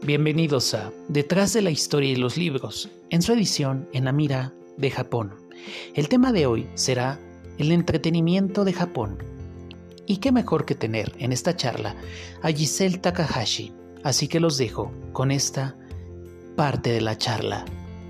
Bienvenidos a Detrás de la historia y los libros, en su edición En la mira de Japón. El tema de hoy será el entretenimiento de Japón. Y qué mejor que tener en esta charla a Giselle Takahashi, así que los dejo con esta parte de la charla.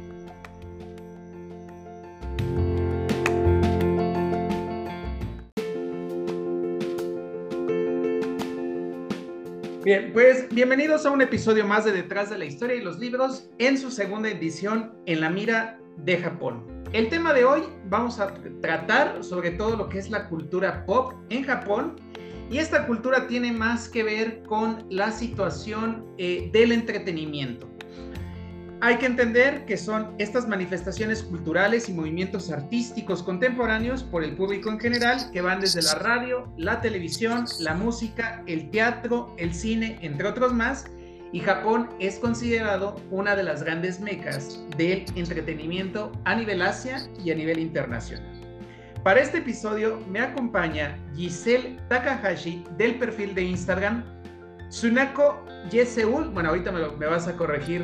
Bien, pues bienvenidos a un episodio más de Detrás de la historia y los libros en su segunda edición En la mira de Japón. El tema de hoy vamos a tratar sobre todo lo que es la cultura pop en Japón, y esta cultura tiene más que ver con la situación del entretenimiento. Hay que entender que son estas manifestaciones culturales y movimientos artísticos contemporáneos por el público en general, que van desde la radio, la televisión, la música, el teatro, el cine, entre otros más, y Japón es considerado una de las grandes mecas del entretenimiento a nivel Asia y a nivel internacional. Para este episodio me acompaña Giselle Takahashi del perfil de Instagram Tsunako Yeseul. Bueno, ahorita me vas a corregir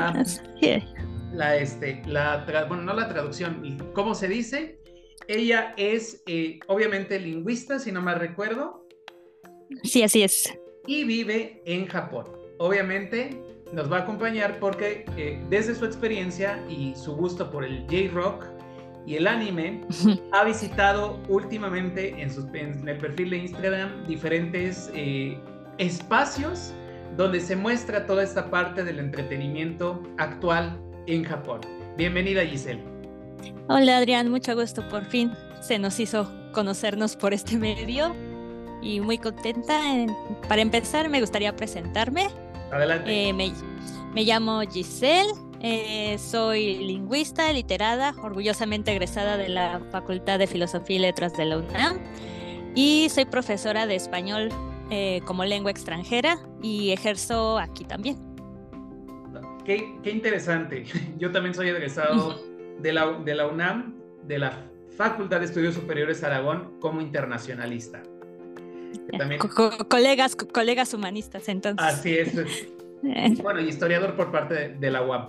bueno, no la traducción, ¿cómo se dice? Ella es obviamente lingüista, si no mal recuerdo. Sí, así es. Y vive en Japón. Obviamente nos va a acompañar porque desde su experiencia y su gusto por el J-Rock y el anime, ha visitado últimamente en el perfil de Instagram diferentes espacios donde se muestra toda esta parte del entretenimiento actual en Japón. Bienvenida, Giselle. Hola, Adrián, mucho gusto. Por fin se nos hizo conocernos por este medio y muy contenta. Para empezar, me gustaría presentarme. Adelante. Me llamo Giselle, soy lingüista, literada, orgullosamente egresada de la Facultad de Filosofía y Letras de la UNAM, y soy profesora de español como lengua extranjera y ejerzo aquí también. Qué interesante. Yo también soy egresado de la UNAM, de la Facultad de Estudios Superiores Aragón, como internacionalista. También... colegas humanistas, entonces. Así es. Bueno, y historiador por parte de la UAM.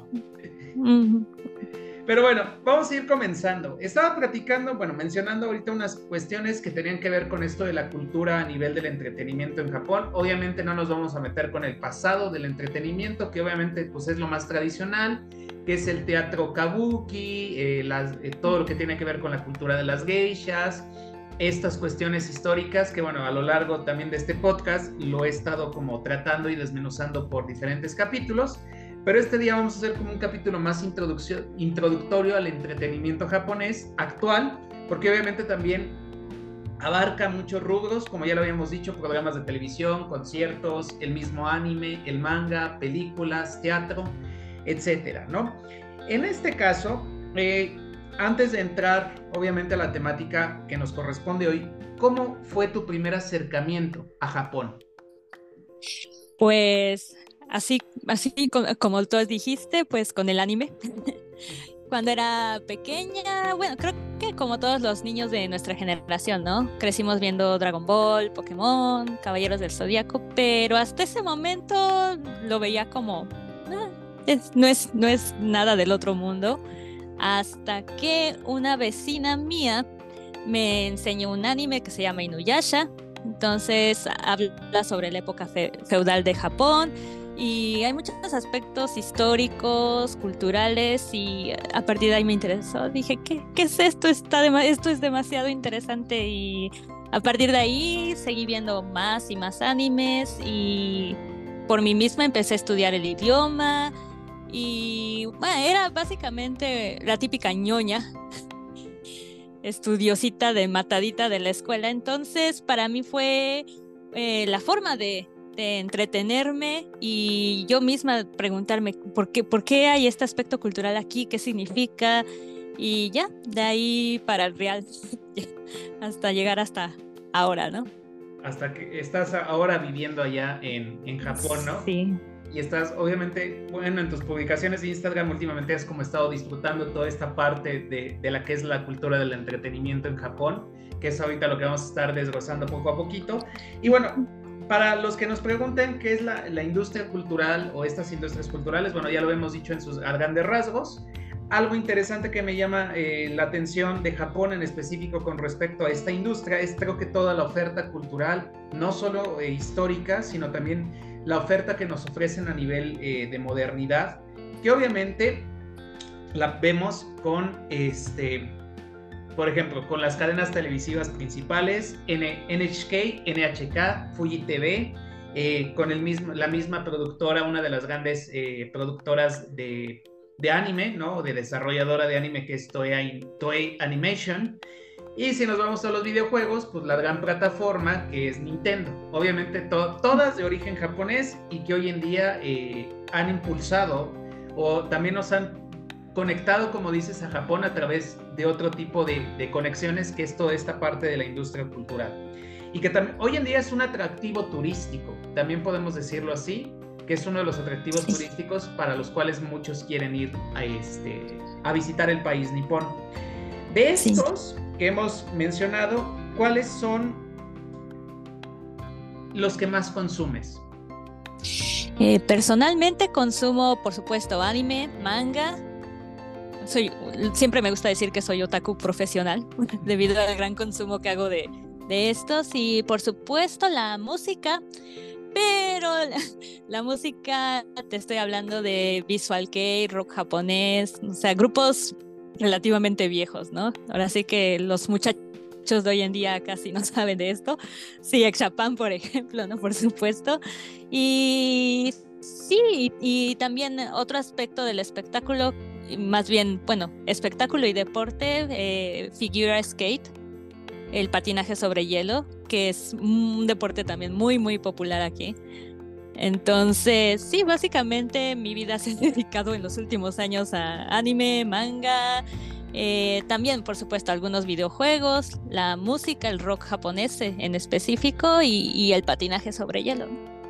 Pero bueno, vamos a ir comenzando. Estaba mencionando ahorita unas cuestiones que tenían que ver con esto de la cultura a nivel del entretenimiento en Japón. Obviamente no nos vamos a meter con el pasado del entretenimiento, que obviamente pues es lo más tradicional, que es el teatro kabuki, todo lo que tiene que ver con la cultura de las geishas, estas cuestiones históricas que, bueno, a lo largo también de este podcast lo he estado como tratando y desmenuzando por diferentes capítulos. Pero este día vamos a hacer como un capítulo más introductorio al entretenimiento japonés actual, porque obviamente también abarca muchos rubros, como ya lo habíamos dicho, programas de televisión, conciertos, el mismo anime, el manga, películas, teatro, etcétera, ¿no? En este caso, antes de entrar obviamente a la temática que nos corresponde hoy, ¿cómo fue tu primer acercamiento a Japón? Pues... Así como tú dijiste, pues con el anime. Cuando era pequeña, bueno, creo que como todos los niños de nuestra generación, ¿no? Crecimos viendo Dragon Ball, Pokémon, Caballeros del Zodíaco, pero hasta ese momento lo veía como... no es nada del otro mundo. Hasta que una vecina mía me enseñó un anime que se llama Inuyasha. Entonces habla sobre la época feudal de Japón. Y hay muchos aspectos históricos, culturales, y a partir de ahí me interesó. Dije, ¿qué es esto? Esto es demasiado interesante, y a partir de ahí seguí viendo más y más animes, y por mí misma empecé a estudiar el idioma, y bueno, era básicamente la típica ñoña, estudiosita de matadita de la escuela. Entonces para mí fue la forma de entretenerme, y yo misma preguntarme ¿por qué hay este aspecto cultural aquí? ¿Qué significa? Y ya, de ahí para el real, hasta llegar hasta ahora, ¿no? Hasta que estás ahora viviendo allá en Japón, ¿no? Sí. Y estás, obviamente, bueno, en tus publicaciones de Instagram últimamente has como estado disfrutando toda esta parte de la que es la cultura del entretenimiento en Japón, que es ahorita lo que vamos a estar desglosando poco a poquito. Y bueno, para los que nos pregunten qué es la industria cultural o estas industrias culturales, bueno, ya lo hemos dicho a grandes rasgos. Algo interesante que me llama la atención de Japón en específico con respecto a esta industria es, creo que toda la oferta cultural, no solo histórica, sino también la oferta que nos ofrecen a nivel de modernidad, que obviamente la vemos con por ejemplo, con las cadenas televisivas principales, NHK, NHK, Fuji TV, con la misma productora, una de las grandes productoras de anime, ¿no? De desarrolladora de anime, que es Toei Animation. Y si nos vamos a los videojuegos, pues la gran plataforma que es Nintendo. Obviamente todas de origen japonés y que hoy en día han impulsado o también nos han conectado, como dices, a Japón a través de otro tipo de conexiones, que es toda esta parte de la industria cultural. Y que hoy en día es un atractivo turístico, también podemos decirlo así, que es uno de los atractivos turísticos para los cuales muchos quieren ir a visitar el país nipón. De estos que hemos mencionado, ¿cuáles son los que más consumes? Personalmente consumo, por supuesto, anime, manga. Siempre me gusta decir que soy otaku profesional debido al gran consumo que hago de estos, y por supuesto la música, pero la música, te estoy hablando de Visual Kei, rock japonés, o sea, grupos relativamente viejos, ¿no? Ahora sí que los muchachos de hoy en día casi no saben de esto. Sí, X Japan, por ejemplo, ¿no? Por supuesto. Y sí, y también otro aspecto del espectáculo, más bien, bueno, espectáculo y deporte, figura skate, el patinaje sobre hielo, que es un deporte también muy, muy popular aquí. Entonces, sí, básicamente mi vida se ha dedicado en los últimos años a anime, manga, también, por supuesto, algunos videojuegos, la música, el rock japonés en específico y el patinaje sobre hielo.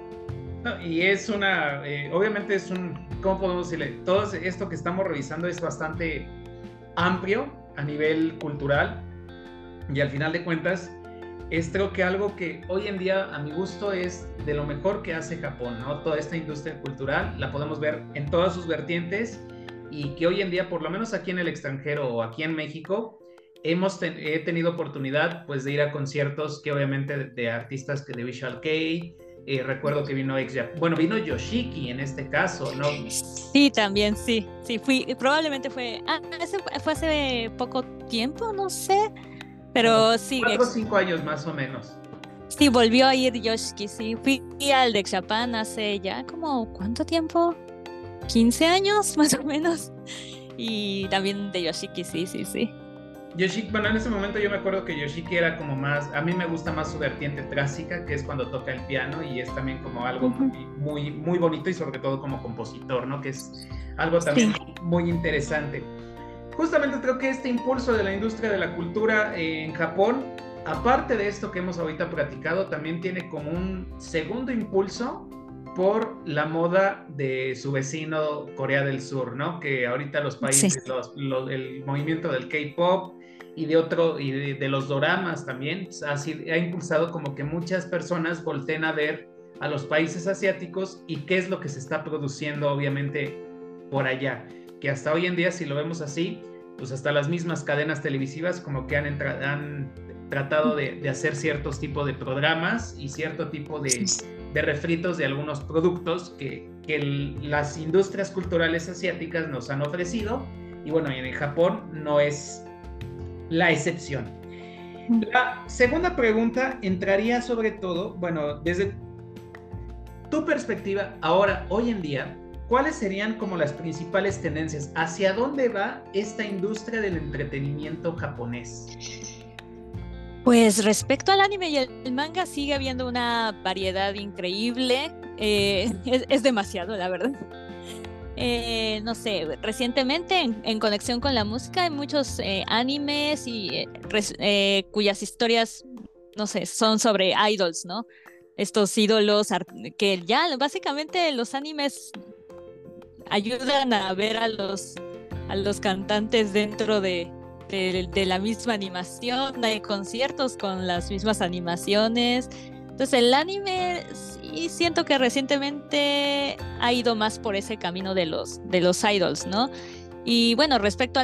Y es obviamente es ¿cómo podemos decirle? Todo esto que estamos revisando es bastante amplio a nivel cultural, y al final de cuentas es, creo que algo que hoy en día a mi gusto es de lo mejor que hace Japón, ¿no? Toda esta industria cultural la podemos ver en todas sus vertientes, y que hoy en día, por lo menos aquí en el extranjero o aquí en México, he tenido oportunidad pues de ir a conciertos que obviamente de artistas que de Visual Kei. Recuerdo que vino vino Yoshiki en este caso, ¿no? Sí, también, sí, probablemente fue hace poco tiempo, no sé, pero sí. 4 o 5 años más o menos. Sí, volvió a ir Yoshiki, sí, fui al de X Japan hace ya como, ¿cuánto tiempo? 15 años, más o menos, y también de Yoshiki, sí. Yoshiki, bueno, en ese momento yo me acuerdo que Yoshiki era como más, a mí me gusta más su vertiente clásica, que es cuando toca el piano, y es también como algo muy, muy bonito, y sobre todo como compositor, ¿no? Que es algo también muy interesante. Justamente creo que este impulso de la industria de la cultura en Japón, aparte de esto que hemos ahorita platicado, también tiene como un segundo impulso por la moda de su vecino Corea del Sur, ¿no? Que ahorita los países, el movimiento del K-pop y de los doramas también ha impulsado como que muchas personas volteen a ver a los países asiáticos y qué es lo que se está produciendo obviamente por allá, que hasta hoy en día, si lo vemos así, pues hasta las mismas cadenas televisivas como que han tratado de hacer ciertos tipos de programas y cierto tipo de refritos de algunos productos que las industrias culturales asiáticas nos han ofrecido, y bueno, en Japón no es la excepción. La segunda pregunta entraría sobre todo, bueno, desde tu perspectiva, ahora, hoy en día, ¿cuáles serían como las principales tendencias? ¿Hacia dónde va esta industria del entretenimiento japonés? Pues respecto al anime y el manga, sigue habiendo una variedad increíble. Es demasiado, la verdad. No sé, recientemente en conexión con la música hay muchos animes cuyas historias, no sé, son sobre idols, ¿no? Estos ídolos que ya básicamente los animes ayudan a ver a los cantantes dentro de la misma animación. Hay conciertos con las mismas animaciones. Entonces el anime sí siento que recientemente ha ido más por ese camino de los idols, ¿no? Y bueno, respecto a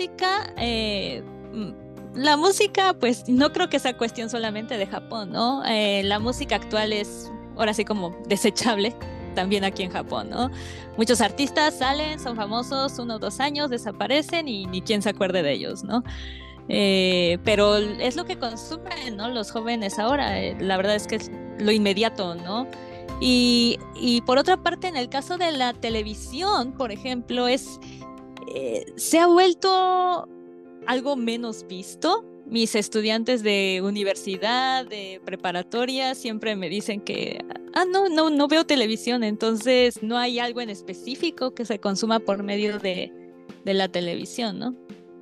la música, pues no creo que sea cuestión solamente de Japón, ¿no? La música actual es ahora sí como desechable también aquí en Japón, ¿no? Muchos artistas salen, son famosos 1 o 2 años, desaparecen y ni quien se acuerde de ellos, ¿no? Pero es lo que consumen, ¿no? Los jóvenes ahora. La verdad es que es lo inmediato, ¿no? Y por otra parte, en el caso de la televisión, por ejemplo, se ha vuelto algo menos visto. Mis estudiantes de universidad, de preparatoria, siempre me dicen que, no veo televisión, entonces no hay algo en específico que se consuma por medio de la televisión, ¿no?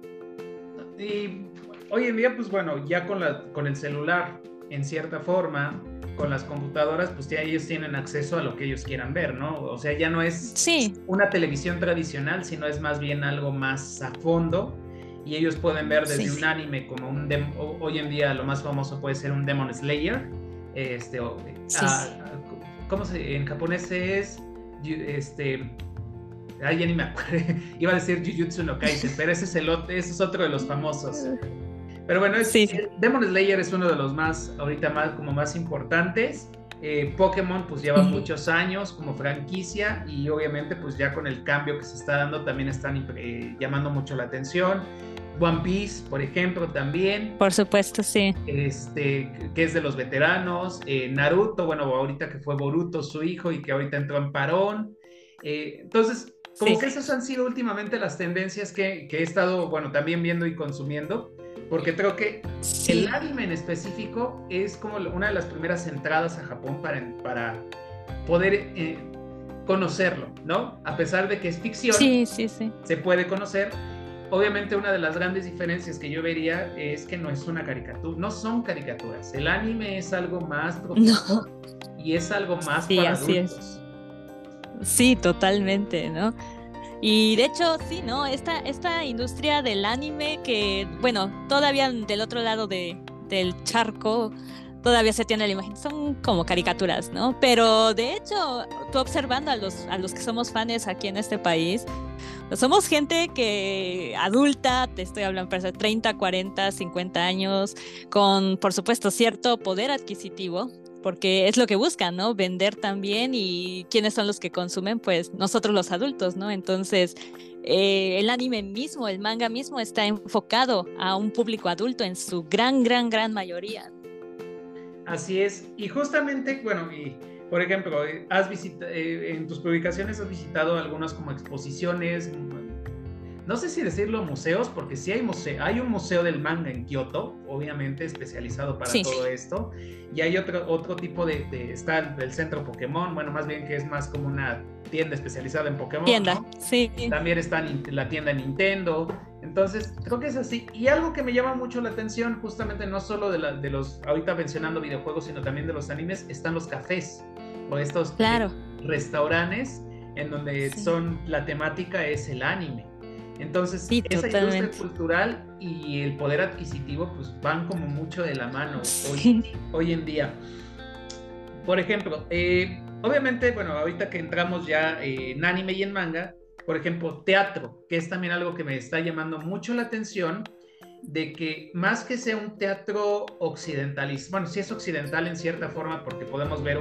Y hoy en día, pues bueno, ya con el celular, en cierta forma, con las computadoras, pues ya ellos tienen acceso a lo que ellos quieran ver, ¿no? O sea, ya no es Sí, una televisión tradicional, sino es más bien algo más a fondo. Y ellos pueden ver desde sí, un anime como hoy en día lo más famoso puede ser un Demon Slayer, sí. ¿cómo en japonés es? Ya ni me acuerdo, iba a decir Jujutsu no Kaisen, pero ese es otro de los famosos. Pero bueno, Sí, Demon Slayer es uno de los más, ahorita más importantes. Pokémon pues lleva sí. muchos años como franquicia y obviamente pues ya con el cambio que se está dando también están llamando mucho la atención. One Piece, por ejemplo, también, Por supuesto, sí. que es de los veteranos. Naruto, bueno, ahorita que fue Boruto su hijo y que ahorita entró en parón. Entonces, como Sí, que esas han sido últimamente las tendencias que he estado, bueno, también viendo y consumiendo, porque creo que el sí, anime en específico es como una de las primeras entradas a Japón para poder conocerlo, ¿no? A pesar de que es ficción, sí, sí, sí. se puede conocer. Obviamente una de las grandes diferencias que yo vería es que no es una caricatura, no son caricaturas. El anime es algo más No, profundo y es algo más sí, para así es. adultos. Sí, totalmente, ¿no? Y de hecho, sí, ¿no? Esta industria del anime que, bueno, todavía del otro lado del charco, todavía se tiene la imagen, son como caricaturas, ¿no? Pero de hecho, tú observando a los que somos fans aquí en este país, pues somos gente que adulta, te estoy hablando de 30, 40, 50 años, con, por supuesto, cierto poder adquisitivo, porque es lo que buscan, ¿no? Vender también y quiénes son los que consumen, pues nosotros los adultos, ¿no? Entonces, el anime mismo, el manga mismo está enfocado a un público adulto en su gran mayoría. Así es. Y justamente, bueno, y por ejemplo, en tus publicaciones has visitado algunas como exposiciones, no sé si decirlo museos, porque sí hay un museo del manga en Kioto, obviamente especializado para Sí, todo esto, y hay otro tipo está el centro Pokémon, bueno, más bien que es más como una tienda especializada en Pokémon, tienda, ¿no? sí, También está la tienda Nintendo, entonces creo que es así. Y algo que me llama mucho la atención, justamente no solo de los, ahorita mencionando videojuegos, sino también de los animes, están los cafés, o estos claro, restaurantes en donde sí, la temática es el anime. Entonces, sí, esa industria totalmente. cultural y el poder adquisitivo pues van como mucho de la mano Sí, hoy en día. Por ejemplo, obviamente, bueno, ahorita que entramos ya en anime y en manga, por ejemplo, teatro, que es también algo que me está llamando mucho la atención, de que más que sea un teatro occidentalista, bueno, sí es occidental en cierta forma porque podemos ver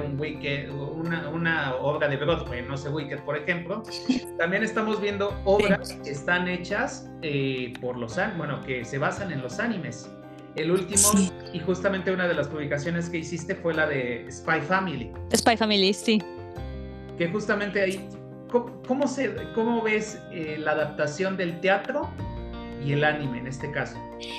una obra de Broadway, no sé, Wicked, por ejemplo, también estamos viendo obras sí, que están hechas bueno, que se basan en los animes. El último, sí. y justamente una de las publicaciones que hiciste fue la de Spy Family, Spy Family, sí. que justamente ahí, ¿cómo ves la adaptación del teatro y el anime en este caso?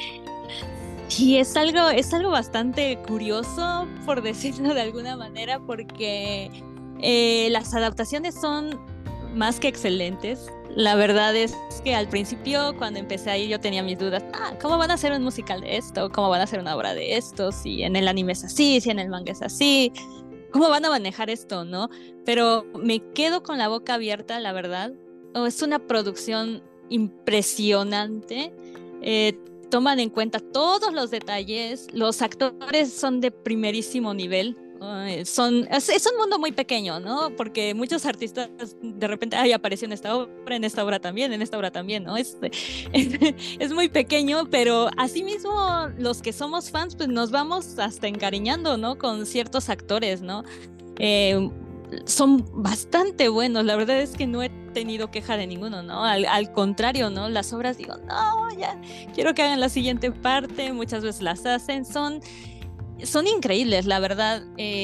Y es algo bastante curioso, por decirlo de alguna manera, porque las adaptaciones son más que excelentes. La verdad es que al principio, cuando empecé ahí, yo tenía mis dudas. ¿Cómo van a hacer un musical de esto? ¿Cómo van a hacer una obra de esto? Si en el anime es así, si en el manga es así. ¿Cómo van a manejar esto, no? Pero me quedo con la boca abierta, la verdad. Es una producción impresionante. Eh, Toman en cuenta todos los detalles. Los actores son de primerísimo nivel. Es un mundo muy pequeño, ¿no? Porque muchos artistas de repente, apareció en esta obra también, en esta obra también, ¿no? Es muy pequeño, pero asimismo los que somos fans, pues nos vamos hasta encariñando, ¿no? Con ciertos actores, ¿no? Son bastante buenos, la verdad es que no he tenido queja de ninguno, ¿no? Al contrario, ¿no? Las obras digo, no, ya quiero que hagan la siguiente parte, muchas veces las hacen, son increíbles, la verdad.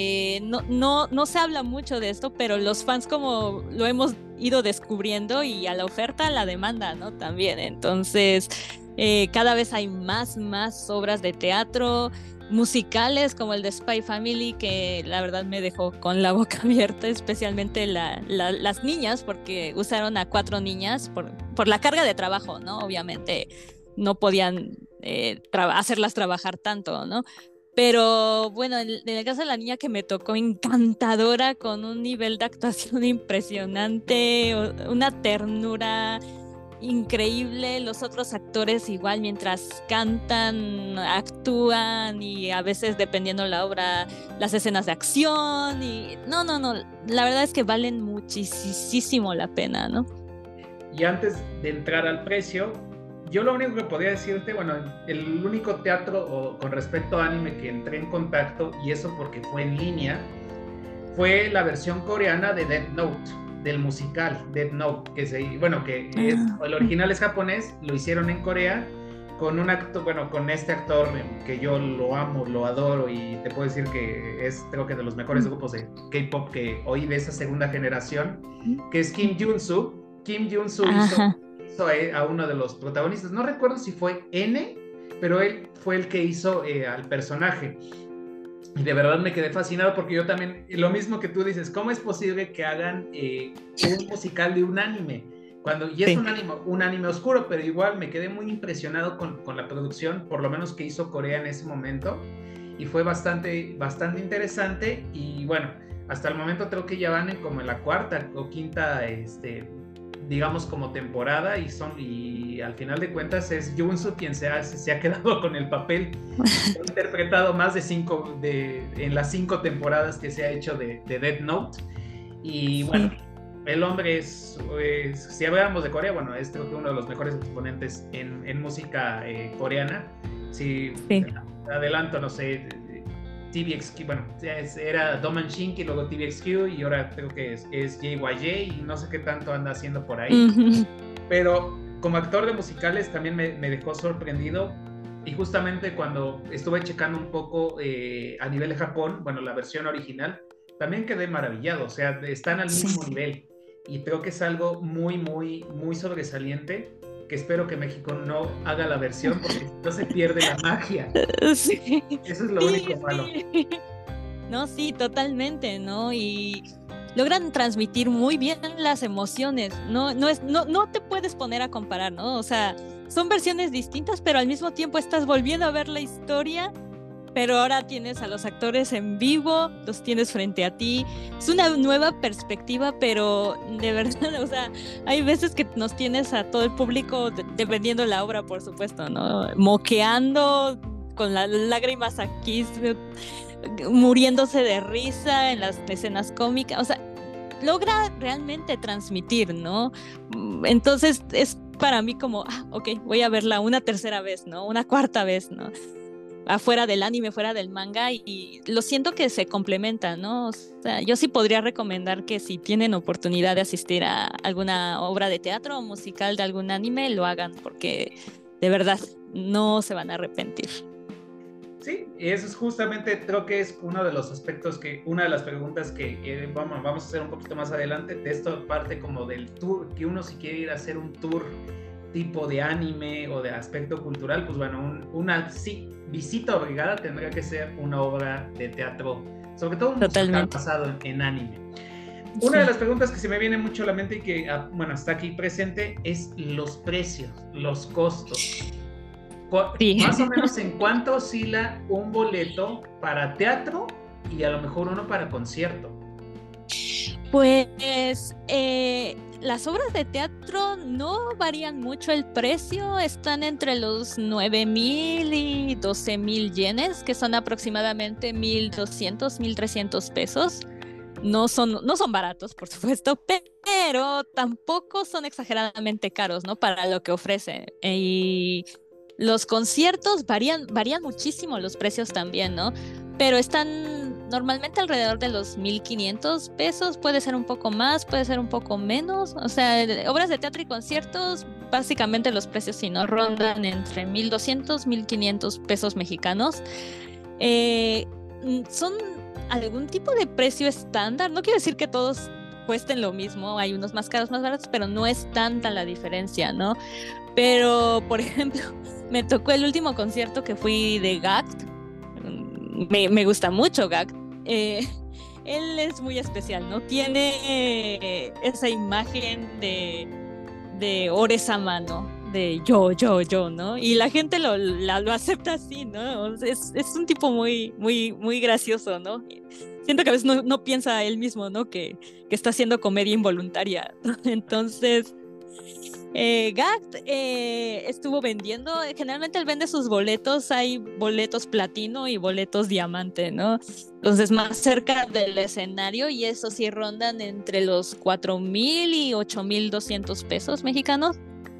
No se habla mucho de esto, pero los fans como lo hemos ido descubriendo y a la oferta, a la demanda, ¿no? También, entonces cada vez hay más obras de teatro, musicales como el de Spy Family, que la verdad me dejó con la boca abierta, especialmente las niñas, porque usaron a 4 niñas por la carga de trabajo, ¿no? Obviamente no podían hacerlas trabajar tanto, ¿no? Pero bueno, en el caso de la niña que me tocó, encantadora, con un nivel de actuación impresionante, una ternura increíble. Los otros actores igual, mientras cantan, actúan, y a veces, dependiendo la obra, las escenas de acción, y no, la verdad es que valen muchísimo la pena, ¿no? Y antes de entrar al precio, yo lo único que podría decirte, bueno, el único teatro con respecto a anime que entré en contacto, y eso porque fue en línea, fue la versión coreana de Death Note, del musical Death Note, el original es japonés, lo hicieron en Corea con un actor, bueno, con este actor que yo lo amo, lo adoro, y te puedo decir que es, creo que de los mejores grupos de K-pop que oí de esa segunda generación, que es Kim Jun-soo. Kim Jun-soo hizo a uno de los protagonistas, no recuerdo si fue N, pero él fue el que hizo al personaje. Y de verdad me quedé fascinado, porque yo también, lo mismo que tú dices, ¿cómo es posible que hagan un musical de un anime? Es un anime oscuro, pero igual me quedé muy impresionado con la producción, por lo menos que hizo Corea en ese momento, y fue bastante interesante. Y bueno, hasta el momento creo que ya van como en la 4ª o 5ª, digamos, como temporada, y al final de cuentas es Jun-soo quien se ha quedado con el papel. Ha interpretado más en las 5 temporadas que se ha hecho de Death Note. Y bueno, el hombre si hablamos de Corea, bueno, es creo que uno de los mejores exponentes en música coreana. Sí. Adelanto, no sé, TVXQ, bueno, era Doman Shinki, luego TVXQ, y ahora creo que es JYJ, y no sé qué tanto anda haciendo por ahí. Pero como actor de musicales también me dejó sorprendido, y justamente cuando estuve checando un poco a nivel de Japón, bueno, la versión original, también quedé maravillado, o sea, están al mismo nivel, y creo que es algo muy sobresaliente, que espero que México no haga la versión, porque no se pierde la magia. Sí. Eso es lo único malo. No, sí, totalmente, ¿no? Y logran transmitir muy bien las emociones. No te puedes poner a comparar, ¿no? O sea, son versiones distintas, pero al mismo tiempo estás volviendo a ver la historia, pero ahora tienes a los actores en vivo, los tienes frente a ti. Es una nueva perspectiva, pero de verdad, o sea, hay veces que nos tienes a todo el público, dependiendo de la obra, por supuesto, ¿no? Moqueando, con las lágrimas aquí, muriéndose de risa en las escenas cómicas. O sea, logra realmente transmitir, ¿no? Entonces es para mí como, ok, voy a verla una 3ª vez, ¿no? Una 4ª vez, ¿no? Afuera del anime, fuera del manga, y lo siento que se complementan, ¿no? O sea, yo sí podría recomendar que si tienen oportunidad de asistir a alguna obra de teatro o musical de algún anime, lo hagan, porque de verdad no se van a arrepentir. Sí, eso es justamente, creo que es uno de los aspectos una de las preguntas que vamos a hacer un poquito más adelante, de esta parte como del tour, que uno si quiere ir a hacer un tour tipo de anime o de aspecto cultural, pues bueno, una visita obligada tendrá que ser una obra de teatro, sobre todo un musical basado en anime. Una de las preguntas que se me viene mucho a la mente y que, bueno, está aquí presente, es los precios, los costos. Más o menos, ¿en cuánto oscila un boleto para teatro y a lo mejor uno para concierto? Pues las obras de teatro no varían mucho el precio, están entre los 9,000 y 12,000 yenes, que son aproximadamente 1,200, 1,300 pesos. No son baratos, por supuesto, pero tampoco son exageradamente caros, ¿no? Para lo que ofrecen. Y los conciertos varían muchísimo los precios también, ¿no? Pero están normalmente alrededor de los 1,500 pesos, puede ser un poco más, puede ser un poco menos. O sea, obras de teatro y conciertos, básicamente los precios sí, ¿no? Rondan entre 1,200, 1,500 pesos mexicanos. Son algún tipo de precio estándar, no quiero decir que todos cuesten lo mismo, hay unos más caros, más baratos, pero no es tanta la diferencia, ¿no? Pero, por ejemplo, me tocó el último concierto que fui de Gackt. Me gusta mucho Gackt. Él es muy especial, ¿no? Tiene esa imagen de Ore-sama, ¿no? De yo, ¿no? Y la gente lo acepta así, ¿no? Es un tipo muy, muy, muy gracioso, ¿no? Siento que a veces no piensa él mismo, ¿no? Que está haciendo comedia involuntaria, ¿no? Entonces, Gackt estuvo vendiendo, generalmente él vende sus boletos, hay boletos platino y boletos diamante, ¿no? Entonces más cerca del escenario, y eso sí rondan entre los 4,000 y 8,200 pesos mexicanos.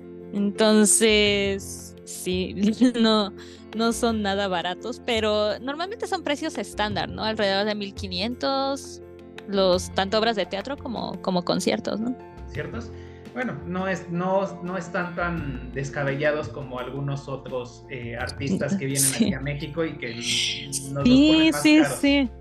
Entonces, sí, no son nada baratos, pero normalmente son precios estándar, ¿no? Alrededor de 1,500, tanto obras de teatro como conciertos, ¿no? ¿Ciertos? Bueno, no están tan descabellados como algunos otros artistas que vienen aquí a México y que nos los ponen más caros.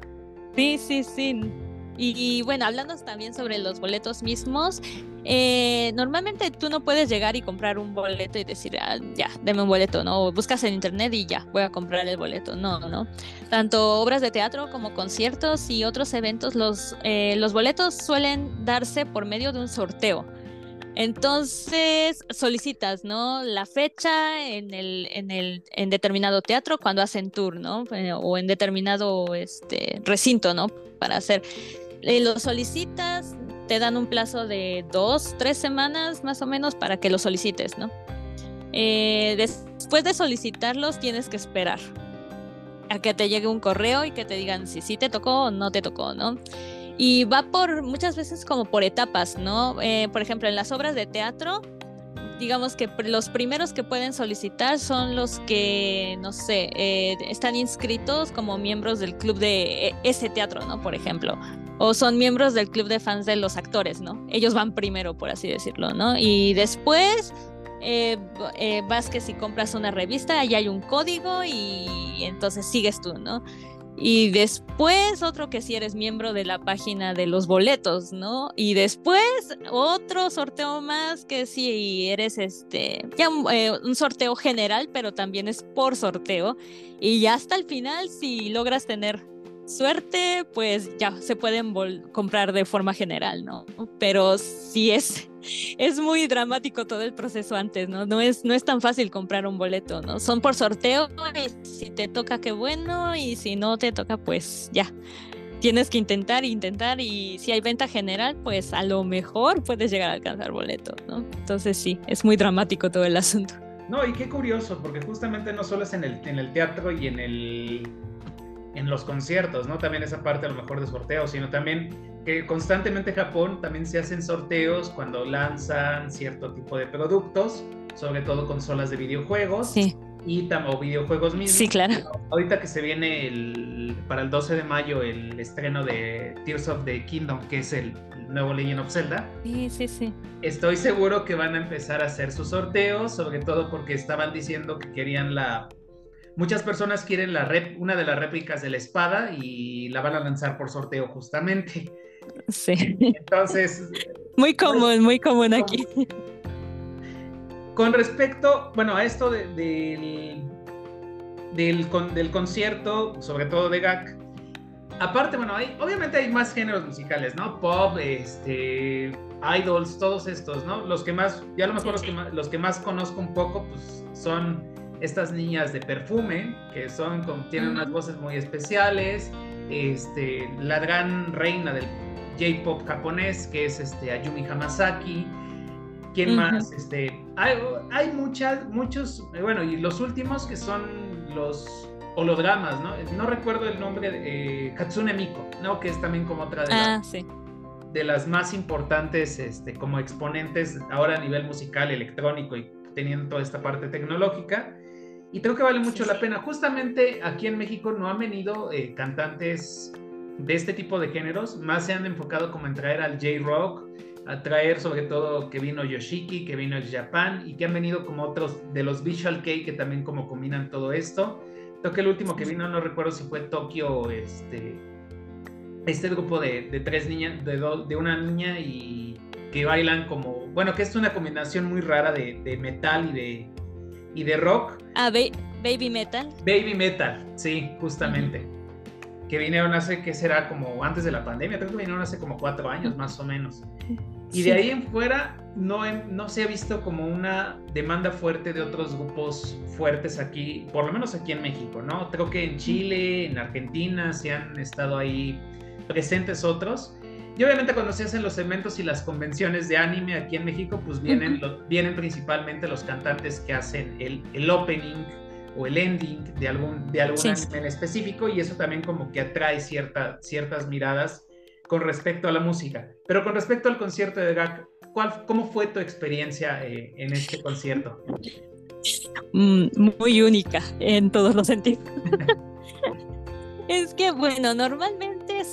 Sí. Y bueno, hablando también sobre los boletos mismos, normalmente tú no puedes llegar y comprar un boleto y decir, ya, deme un boleto, ¿no? O buscas en internet y ya, voy a comprar el boleto. No. Tanto obras de teatro como conciertos y otros eventos, los boletos suelen darse por medio de un sorteo. Entonces solicitas, ¿no? La fecha en determinado teatro cuando hacen tour, ¿no? O en determinado recinto, ¿no? Para hacer. Lo solicitas, te dan un plazo de 2, 3 semanas más o menos para que lo solicites, ¿no? Después de solicitarlos tienes que esperar a que te llegue un correo y que te digan si sí te tocó o no te tocó, ¿no? Y va muchas veces como por etapas, ¿no? Por ejemplo, en las obras de teatro, digamos que los primeros que pueden solicitar son los que, no sé, están inscritos como miembros del club de ese teatro, ¿no? Por ejemplo. O son miembros del club de fans de los actores, ¿no? Ellos van primero, por así decirlo, ¿no? Y después vas que si compras una revista, ahí hay un código y entonces sigues tú, ¿no? Y después otro que si eres miembro de la página de los boletos, ¿no? Y después otro sorteo más que si eres ya un sorteo general, pero también es por sorteo. Y ya hasta el final, si logras tener suerte, pues ya se pueden comprar de forma general, ¿no? Pero sí es muy dramático todo el proceso antes, ¿no? No es tan fácil comprar un boleto, ¿no? Son por sorteo y si te toca, qué bueno, y si no te toca, pues ya. Tienes que intentar y si hay venta general, pues a lo mejor puedes llegar a alcanzar boleto, ¿no? Entonces sí, es muy dramático todo el asunto. No, y qué curioso, porque justamente no solo es en el teatro y en los conciertos, ¿no? También esa parte a lo mejor de sorteos, sino también que constantemente en Japón también se hacen sorteos cuando lanzan cierto tipo de productos, sobre todo consolas de videojuegos. Sí. O videojuegos mismos. Sí, claro. Ahorita que se viene para el 12 de mayo el estreno de Tears of the Kingdom, que es el nuevo Legend of Zelda. Sí. Estoy seguro que van a empezar a hacer sus sorteos, sobre todo porque estaban diciendo que querían muchas personas quieren una de las réplicas de la espada y la van a lanzar por sorteo justamente. Sí. Entonces... muy común aquí. Con respecto, bueno, a esto del concierto, sobre todo de Gackt, aparte, bueno, obviamente hay más géneros musicales, ¿no? Pop, idols, todos estos, ¿no? Los que más, ya a lo mejor los que más conozco un poco, pues son estas niñas de Perfume, que tienen unas voces muy especiales, la gran reina J-pop japonés, que es Ayumi Hamasaki. ¿Quién más? Hay muchos, bueno, y los últimos que son los hologramas, ¿no? No recuerdo el nombre de Hatsune Miku, ¿no? Que es también como otra de las más importantes como exponentes ahora a nivel musical, electrónico y teniendo toda esta parte tecnológica. Y creo que vale mucho la pena. Justamente aquí en México no han venido cantantes de este tipo de géneros, más se han enfocado como en traer al J-Rock, a traer sobre todo que vino Yoshiki, que vino el Japan y que han venido como otros de los Visual Kei que también como combinan todo esto. Creo que el último que vino, no recuerdo si fue Tokio, este grupo de tres niñas, de una niña y que bailan como, bueno, que es una combinación muy rara de metal y de rock. Baby Metal. Baby Metal, sí, justamente. Que vinieron hace, que será como antes de la pandemia, creo que vinieron hace como 4 años más o menos. Y de ahí en fuera no se ha visto como una demanda fuerte de otros grupos fuertes aquí, por lo menos aquí en México, ¿no? Creo que en Chile, en Argentina se han estado ahí presentes otros. Y obviamente cuando se hacen los eventos y las convenciones de anime aquí en México, pues vienen principalmente los cantantes que hacen el opening o el ending de algún anime en específico, y eso también como que atrae ciertas miradas con respecto a la música. Pero con respecto al concierto de GAC, ¿cómo fue tu experiencia en este concierto? Muy única en todos los sentidos. Es que, bueno, normalmente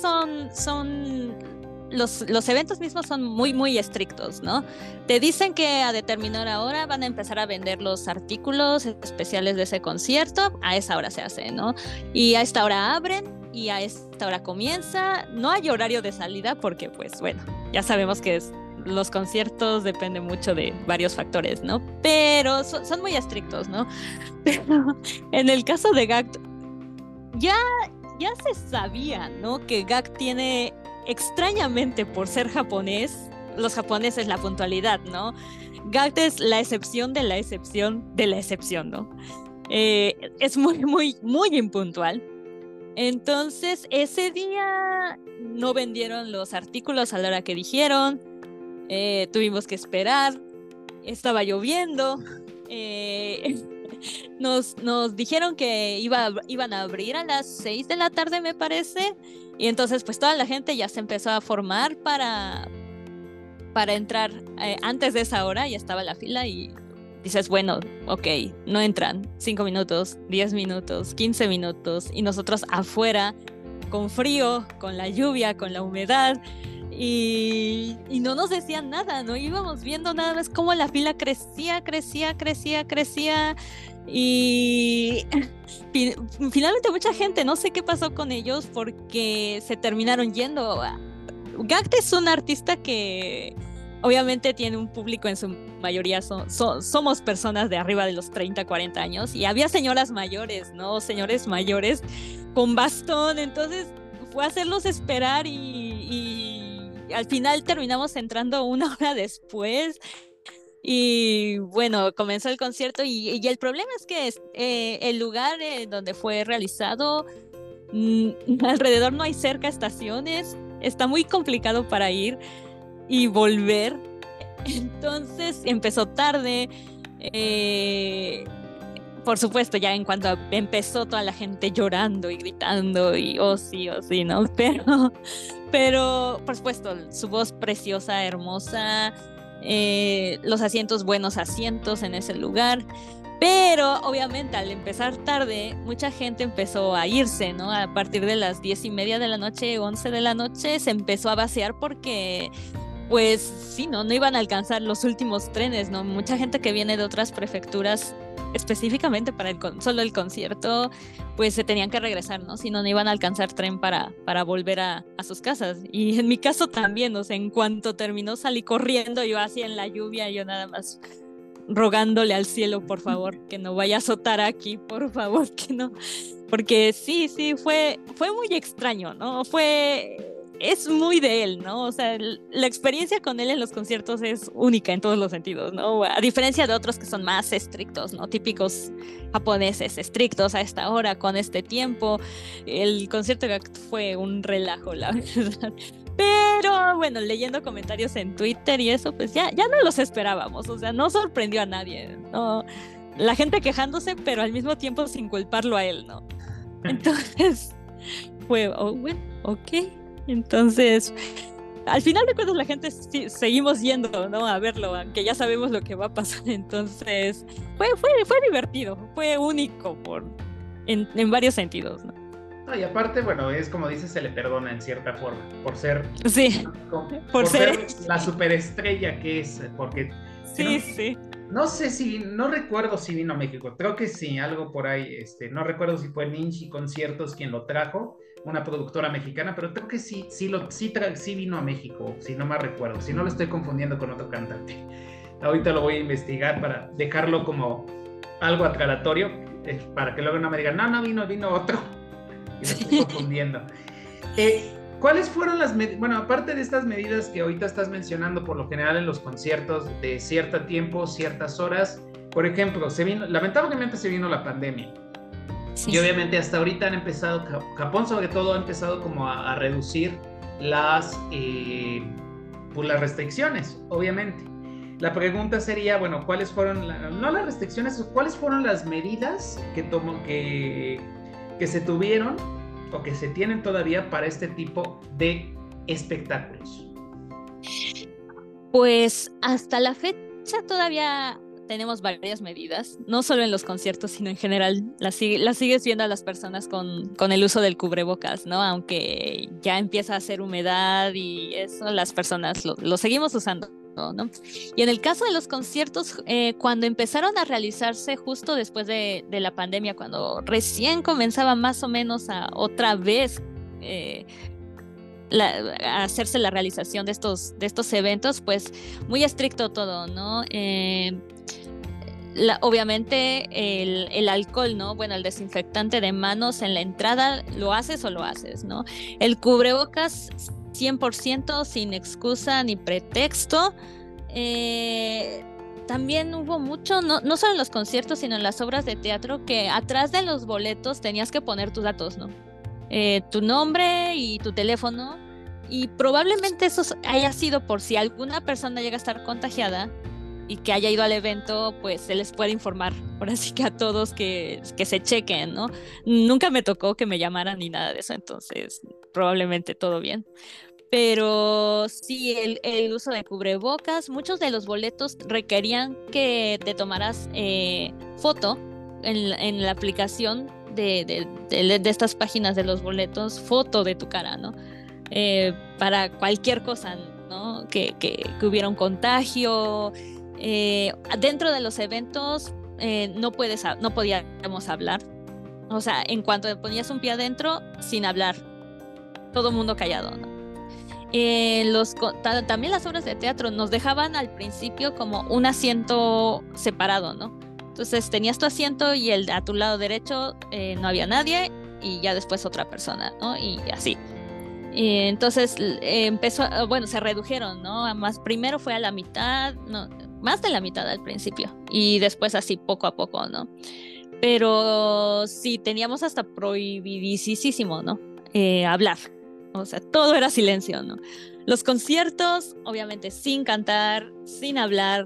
los eventos mismos son muy, muy estrictos, ¿no? Te dicen que a determinada hora van a empezar a vender los artículos especiales de ese concierto, a esa hora se hace, ¿no? Y a esta hora abren y a esta hora comienza. No hay horario de salida porque, pues, bueno, ya sabemos que los conciertos dependen mucho de varios factores, ¿no? Pero son muy estrictos, ¿no? Pero en el caso de GAC, ya se sabía, ¿no? Que GAC tiene, extrañamente por ser japonés, los japoneses la puntualidad, ¿no? GAC es la excepción de la excepción de la excepción, ¿no? Es muy, muy, muy impuntual. Entonces, ese día no vendieron los artículos a la hora que dijeron, tuvimos que esperar, estaba lloviendo, nos dijeron que iban a abrir a las 6 de la tarde, me parece, y entonces pues toda la gente ya se empezó a formar para entrar antes de esa hora. Ya estaba la fila y dices, bueno, ok, no entran 5 minutos, 10 minutos, 15 minutos, y nosotros afuera con frío, con la lluvia, con la humedad, y no nos decían nada, ¿no? Íbamos viendo nada más cómo la fila crecía, y finalmente mucha gente, no sé qué pasó con ellos porque se terminaron yendo. GAC es un artista que obviamente tiene un público, en su mayoría somos personas de arriba de los 30, 40 años, y había señoras mayores, ¿no? Señores mayores con bastón, entonces fue a hacerlos esperar y al final terminamos entrando 1 hora después. Y bueno, comenzó el concierto y el problema es que el lugar donde fue realizado, alrededor no hay cerca estaciones, está muy complicado para ir y volver. Entonces empezó tarde, por supuesto, ya en cuanto empezó toda la gente llorando y gritando y oh sí, ¿no? Pero por supuesto, su voz preciosa, hermosa, los asientos, buenos asientos en ese lugar. Pero obviamente al empezar tarde, mucha gente empezó a irse, ¿no? A partir de las 10:30 de la noche, 11 de la noche, se empezó a vaciar porque, pues sí, no iban a alcanzar los últimos trenes, ¿no? Mucha gente que viene de otras prefecturas específicamente para solo el concierto, pues se tenían que regresar, ¿no? Si no, no iban a alcanzar tren para volver a sus casas. Y en mi caso también, o sea, en cuanto terminó salí corriendo, yo así en la lluvia, yo nada más rogándole al cielo, por favor, que no vaya a azotar aquí, por favor, que no. Porque sí, fue muy extraño, ¿no? es muy de él, ¿no? O sea, la experiencia con él en los conciertos es única en todos los sentidos, ¿no? A diferencia de otros que son más estrictos, ¿no? Típicos japoneses, estrictos a esta hora, con este tiempo. El concierto de GACKT fue un relajo, la verdad. Pero bueno, leyendo comentarios en Twitter y eso, pues ya no los esperábamos, o sea, no sorprendió a nadie, ¿no? La gente quejándose, pero al mismo tiempo sin culparlo a él, ¿no? Entonces fue, bueno, ok. Entonces, al final de cuentas la gente seguimos yendo, ¿no? A verlo, aunque ya sabemos lo que va a pasar. Entonces, fue divertido, fue único en varios sentidos, ¿no? No, y aparte, bueno, es como dices, se le perdona en cierta forma, por ser, sí, por ser la superestrella que es, porque sí, sí. No sé no recuerdo si vino a México, creo que sí, algo por ahí, no recuerdo si fue Ninji Conciertos quien lo trajo, una productora mexicana, pero creo que sí vino a México, si no me recuerdo, si no lo estoy confundiendo con otro cantante. Ahorita lo voy a investigar para dejarlo como algo aclaratorio, para que luego no me digan, no vino otro, y lo estoy confundiendo. ¿Cuáles fueron bueno, aparte de estas medidas que ahorita estás mencionando por lo general en los conciertos de cierto tiempo, ciertas horas? Por ejemplo, lamentablemente se vino la pandemia. Sí. Y obviamente hasta ahorita han empezado, Japón sobre todo ha empezado como a reducir las restricciones, obviamente. La pregunta sería, bueno, ¿cuáles fueron, no las restricciones, cuáles fueron las medidas que se tuvieron o que se tienen todavía para este tipo de espectáculos? Pues hasta la fecha todavía tenemos varias medidas, no solo en los conciertos, sino en general. Las sigues viendo a las personas con el uso del cubrebocas, ¿no? Aunque ya empieza a hacer humedad y eso, las personas lo seguimos usando, ¿no? Y en el caso de los conciertos, cuando empezaron a realizarse justo después de la pandemia, cuando recién comenzaba más o menos a otra vez a hacerse la realización de estos eventos, pues muy estricto todo, ¿no? Obviamente el alcohol, ¿no? Bueno, el desinfectante de manos en la entrada, lo haces o lo haces, ¿no? El cubrebocas 100% sin excusa ni pretexto. También hubo mucho, no solo en los conciertos, sino en las obras de teatro, que atrás de los boletos tenías que poner tus datos, ¿no? Tu nombre y tu teléfono, y probablemente eso haya sido por si alguna persona llega a estar contagiada y que haya ido al evento, pues se les puede informar, por así que a todos que se chequen, ¿no? Nunca me tocó que me llamaran ni nada de eso, entonces probablemente todo bien. Pero sí, el uso de cubrebocas, muchos de los boletos requerían que te tomaras foto en la aplicación de estas páginas de los boletos, foto de tu cara, ¿no? Para cualquier cosa, ¿no? Que hubiera un contagio. Dentro de los eventos no podíamos hablar. O sea, en cuanto ponías un pie adentro, sin hablar, todo el mundo callado, ¿no? También las obras de teatro nos dejaban al principio como un asiento separado, ¿no? Entonces tenías tu asiento y a tu lado derecho no había nadie, y ya después otra persona, ¿no? Y así. Entonces se redujeron, ¿no? Primero fue a la mitad, no, más de la mitad al principio, y después así poco a poco, ¿no? Pero sí, teníamos hasta prohibidísimo, ¿no? Hablar. O sea, todo era silencio, ¿no? Los conciertos, obviamente, sin cantar, sin hablar.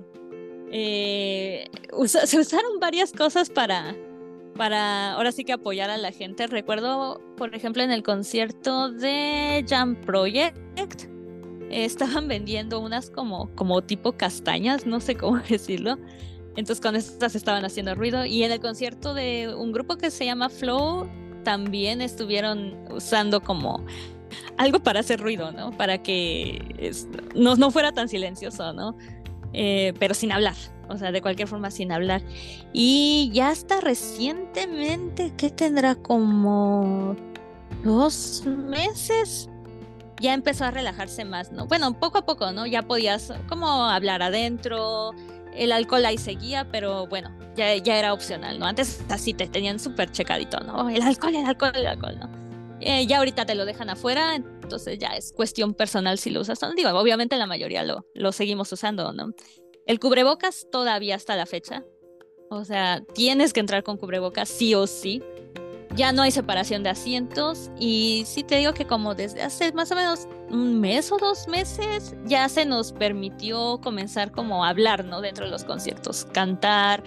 Se usaron varias cosas para ahora sí que apoyar a la gente. Recuerdo, por ejemplo, en el concierto de Jam Project, estaban vendiendo unas como tipo castañas, no sé cómo decirlo. Entonces con estas estaban haciendo ruido. Y en el concierto de un grupo que se llama Flow, también estuvieron usando como algo para hacer ruido, ¿no? Para que no fuera tan silencioso, ¿no? Pero sin hablar, o sea, de cualquier forma sin hablar. Y ya hasta recientemente, ¿qué tendrá? Como 2 meses, ya empezó a relajarse más, ¿no? Bueno, poco a poco, ¿no? Ya podías como hablar adentro, el alcohol ahí seguía, pero bueno, ya era opcional, ¿no? Antes así te tenían súper checadito, ¿no? El alcohol, ¿no? Ya ahorita te lo dejan afuera, entonces ya es cuestión personal si lo usas o no. Digo, obviamente la mayoría lo seguimos usando, ¿no? El cubrebocas todavía hasta la fecha, o sea, tienes que entrar con cubrebocas sí o sí. Ya no hay separación de asientos y sí te digo que como desde hace más o menos un mes o 2 meses ya se nos permitió comenzar como a hablar, ¿no? Dentro de los conciertos, cantar,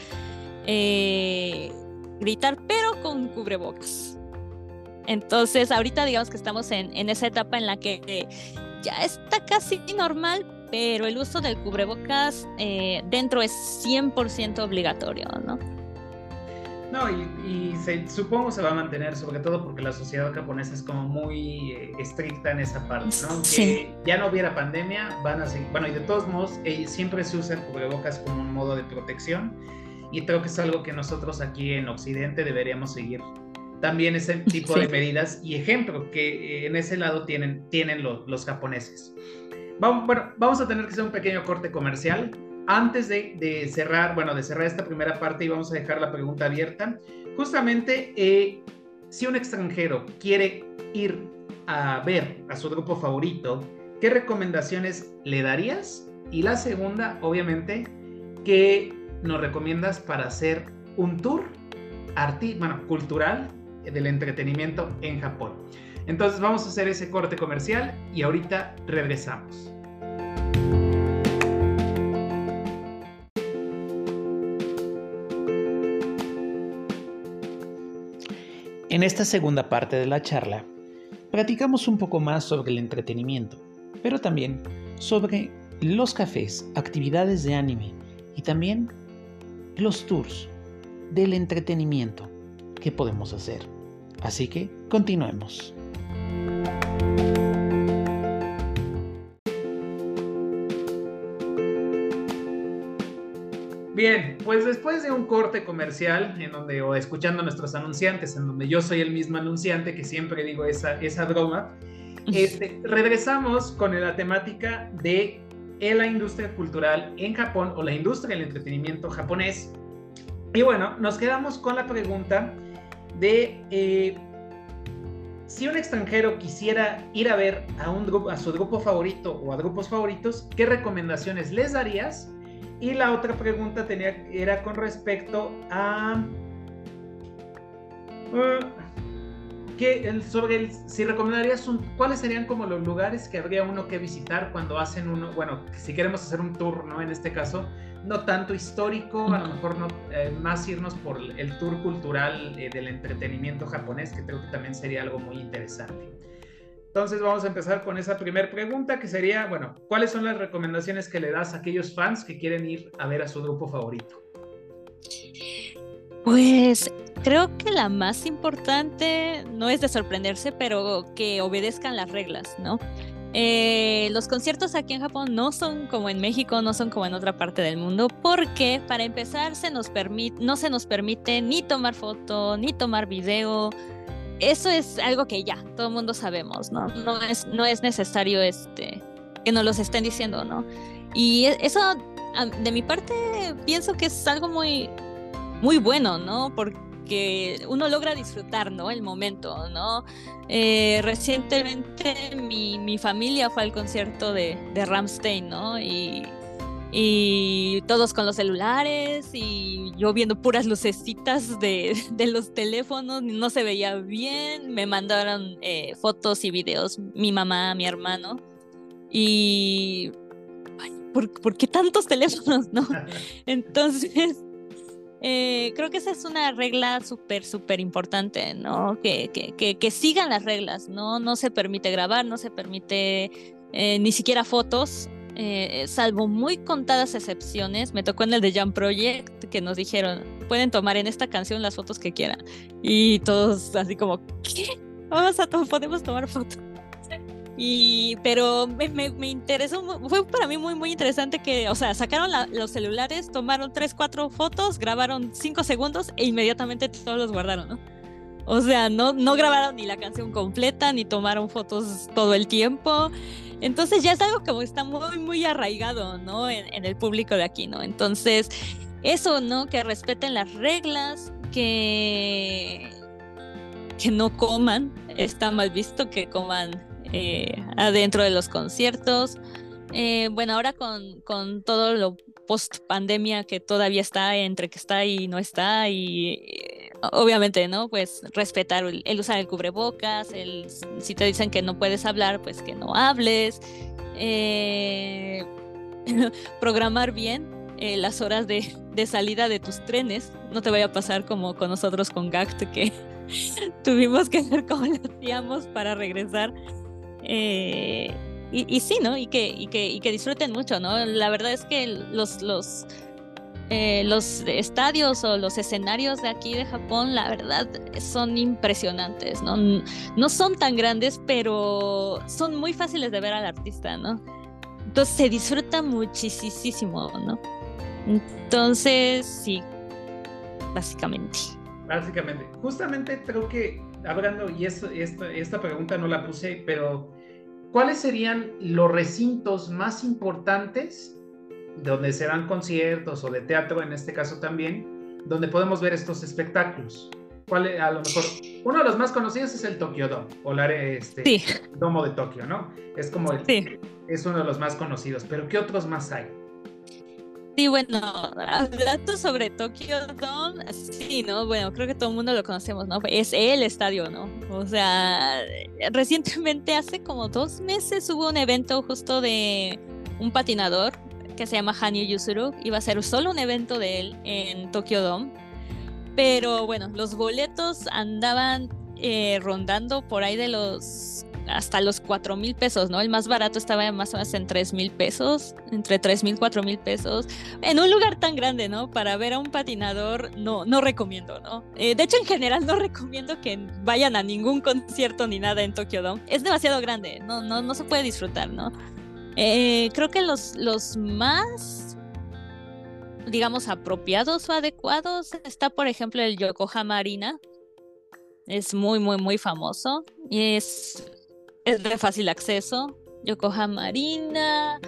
gritar, pero con cubrebocas. Entonces ahorita digamos que estamos en esa etapa en la que ya está casi normal, pero el uso del cubrebocas dentro es 100% obligatorio, ¿no? No, supongo se va a mantener, sobre todo porque la sociedad japonesa es como muy estricta en esa parte, ¿no? Aunque Sí. ya no hubiera pandemia, van a seguir, bueno, y de todos modos, siempre se usa el cubrebocas como un modo de protección, y creo que es algo que nosotros aquí en Occidente deberíamos seguir también ese tipo Sí. de medidas y ejemplo que en ese lado tienen los japoneses. Vamos a tener que hacer un pequeño corte comercial. Antes de cerrar, de cerrar esta primera parte y vamos a dejar la pregunta abierta. Justamente, si un extranjero quiere ir a ver a su grupo favorito, ¿qué recomendaciones le darías? Y la segunda, obviamente, ¿qué nos recomiendas para hacer un tour cultural del entretenimiento en Japón? Entonces vamos a hacer ese corte comercial y ahorita regresamos. En esta segunda parte de la charla, platicamos un poco más sobre el entretenimiento, pero también sobre los cafés, actividades de anime y también los tours del entretenimiento que podemos hacer. Así que continuemos. Bien, pues después de un corte comercial o escuchando a nuestros anunciantes, en donde yo soy el mismo anunciante que siempre digo esa broma, regresamos con la temática de la industria cultural en Japón o la industria del entretenimiento japonés. Y bueno, nos quedamos con la pregunta de si un extranjero quisiera ir a ver a su grupo favorito o a grupos favoritos, ¿qué recomendaciones les darías? Y la otra pregunta era con respecto a si recomendarías cuáles serían como los lugares que habría uno que visitar cuando hacen si queremos hacer un tour, ¿no? En este caso, no tanto histórico, a lo mejor no, más irnos por el tour cultural del entretenimiento japonés, que creo que también sería algo muy interesante. Entonces vamos a empezar con esa primera pregunta, que sería, ¿cuáles son las recomendaciones que le das a aquellos fans que quieren ir a ver a su grupo favorito? Pues creo que la más importante no es de sorprenderse, pero que obedezcan las reglas, ¿no? Los conciertos aquí en Japón no son como en México, no son como en otra parte del mundo, porque para empezar no se nos permite ni tomar foto, ni tomar video. Eso es algo que ya todo el mundo sabemos, ¿no? No es necesario que nos los estén diciendo, ¿no? Y eso, de mi parte, pienso que es algo muy, muy bueno, ¿no? Porque uno logra disfrutar, ¿no? El momento, ¿no? Recientemente mi familia fue al concierto de Rammstein, ¿no? Y todos con los celulares y yo viendo puras lucecitas de los teléfonos, no se veía bien. Me mandaron fotos y videos mi mamá, mi hermano, y ¿por qué tantos teléfonos, no? Entonces creo que esa es una regla súper importante, ¿no? Que sigan las reglas, ¿no? No se permite grabar, no se permite ni siquiera fotos. Salvo muy contadas excepciones. Me tocó en el de Jam Project que nos dijeron, pueden tomar en esta canción las fotos que quieran, y todos así como, ¿qué? Podemos tomar fotos. Pero me interesó, fue para mí muy interesante que, o sea, sacaron los celulares, tomaron 3-4 fotos, grabaron 5 segundos e inmediatamente todos los guardaron, ¿no? O sea, no grabaron ni la canción completa, ni tomaron fotos todo el tiempo. Entonces ya es algo que está muy arraigado, ¿no? En el público de aquí, ¿no? Entonces, eso, ¿no? Que respeten las reglas, que no coman. Está mal visto que coman adentro de los conciertos. Bueno, ahora con todo lo post pandemia que todavía está entre que está y no está, y obviamente, ¿no? Pues respetar el usar el cubrebocas, si te dicen que no puedes hablar, pues que no hables, programar bien las horas de salida de tus trenes. No te vaya a pasar como con nosotros con GACT, que tuvimos que ver cómo lo hacíamos para regresar. Y sí, ¿no? Y que disfruten mucho, ¿no? La verdad es que los estadios o los escenarios de aquí de Japón, la verdad, son impresionantes, ¿no? No son tan grandes, pero son muy fáciles de ver al artista, ¿no? Entonces se disfruta muchísimo, ¿no? Entonces, sí, básicamente. Básicamente. Justamente creo que, hablando, y esta pregunta no la puse, pero ¿cuáles serían los recintos más importantes donde se dan conciertos o de teatro, en este caso también, donde podemos ver estos espectáculos? A lo mejor, uno de los más conocidos es el Tokyo Dome, o sí. Domo de Tokio, ¿no? Es como es uno de los más conocidos, pero ¿qué otros más hay? Sí, bueno, hablando sobre Tokyo Dome, sí, ¿no? Bueno, creo que todo el mundo lo conocemos, ¿no? Es el estadio, ¿no? O sea, recientemente, hace como 2 meses, hubo un evento justo de un patinador que se llama Hanyu Yuzuru. Iba a ser solo un evento de él en Tokyo Dome, pero bueno, los boletos andaban rondando por ahí hasta los 4,000 pesos, ¿no? El más barato estaba más o menos en 3,000 pesos, entre 3,000 y 4,000 pesos. En un lugar tan grande, ¿no? Para ver a un patinador, no recomiendo, ¿no? De hecho, en general, no recomiendo que vayan a ningún concierto ni nada en Tokyo Dome. Es demasiado grande, no se puede disfrutar, ¿no? Creo que los más, digamos, apropiados o adecuados está, por ejemplo, el Yokohama Arena. Es muy famoso y es de fácil acceso. Yokohama Arena.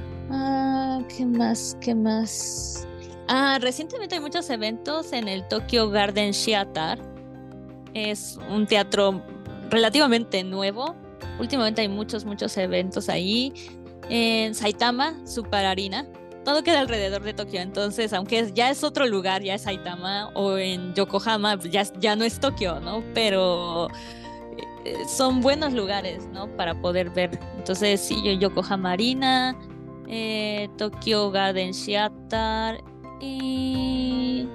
¿Qué más? Recientemente hay muchos eventos en el Tokyo Garden Theater. Es un teatro relativamente nuevo. Últimamente hay muchos eventos ahí. En Saitama, Super Arena. Todo queda alrededor de Tokio, entonces aunque ya es otro lugar, ya es Saitama, o en Yokohama, ya no es Tokio, ¿no? Pero son buenos lugares, ¿no? Para poder ver. Entonces sí, Yokohama Arena, Tokyo Garden Theater y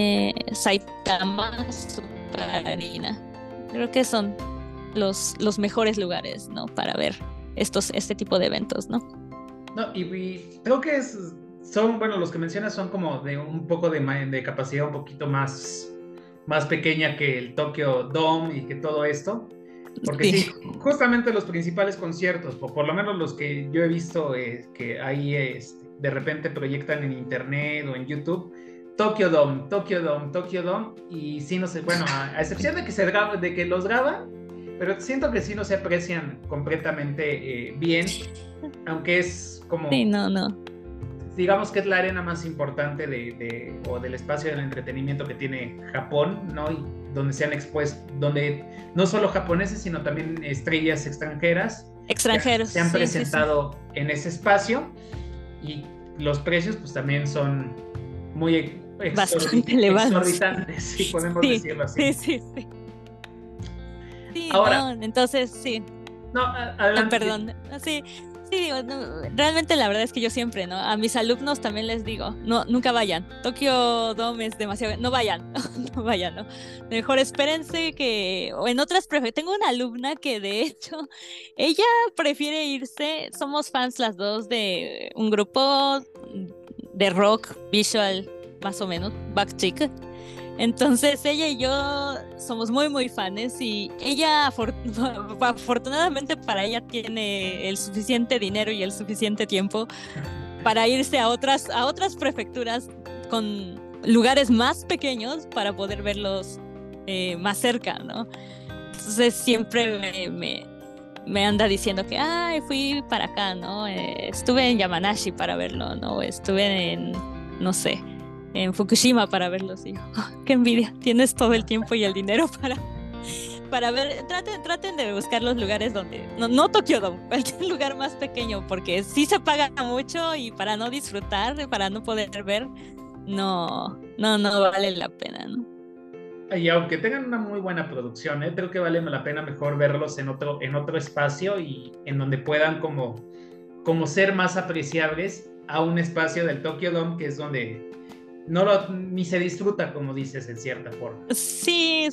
Saitama Super Arena. Creo que son los mejores lugares, ¿no? Para ver este tipo de eventos, ¿no? No, y creo que bueno, los que mencionas son como de un poco de capacidad un poquito más pequeña que el Tokyo Dome y que todo esto. Porque sí, justamente los principales conciertos, o por lo menos los que yo he visto que ahí de repente proyectan en internet o en YouTube, Tokyo Dome, y sí, no sé, bueno, a excepción de que los graban, pero siento que sí no se aprecian completamente bien, aunque es como... Sí, no. Digamos que es la arena más importante o del espacio del entretenimiento que tiene Japón, ¿no? Y donde se han expuesto, donde no solo japoneses, sino también estrellas extranjeras se han presentado en ese espacio, y los precios pues también son muy bastante elevados, exorbitantes, si podemos decirlo así. Sí. Ahora, no, entonces sí. No, adelante. Perdón, sí, digo, no, realmente la verdad es que yo siempre, ¿no? A mis alumnos también les digo, no, nunca vayan. Tokyo Dome es demasiado, no vayan, no vayan, ¿no? Mejor espérense o en otras tengo una alumna que de hecho, ella prefiere irse, somos fans las dos de un grupo de rock visual, más o menos, Backchick. Entonces ella y yo somos muy fans, y ella afortunadamente para ella tiene el suficiente dinero y el suficiente tiempo para irse a otras prefecturas con lugares más pequeños para poder verlos más cerca, ¿no? Entonces siempre me anda diciendo que fui para acá, ¿no? Estuve en Yamanashi para verlo, ¿no? Estuve en, no sé, en Fukushima para verlos. Y yo, qué envidia, tienes todo el tiempo y el dinero para ver, traten de buscar los lugares donde, no Tokyo Dome, cualquier lugar más pequeño, porque sí se paga mucho y para no disfrutar, para no poder ver, no vale la pena, ¿no? Y aunque tengan una muy buena producción, creo que vale la pena mejor verlos en otro espacio y en donde puedan como ser más apreciables a un espacio del Tokyo Dome, que es donde ni se disfruta, como dices, en cierta forma. Sí,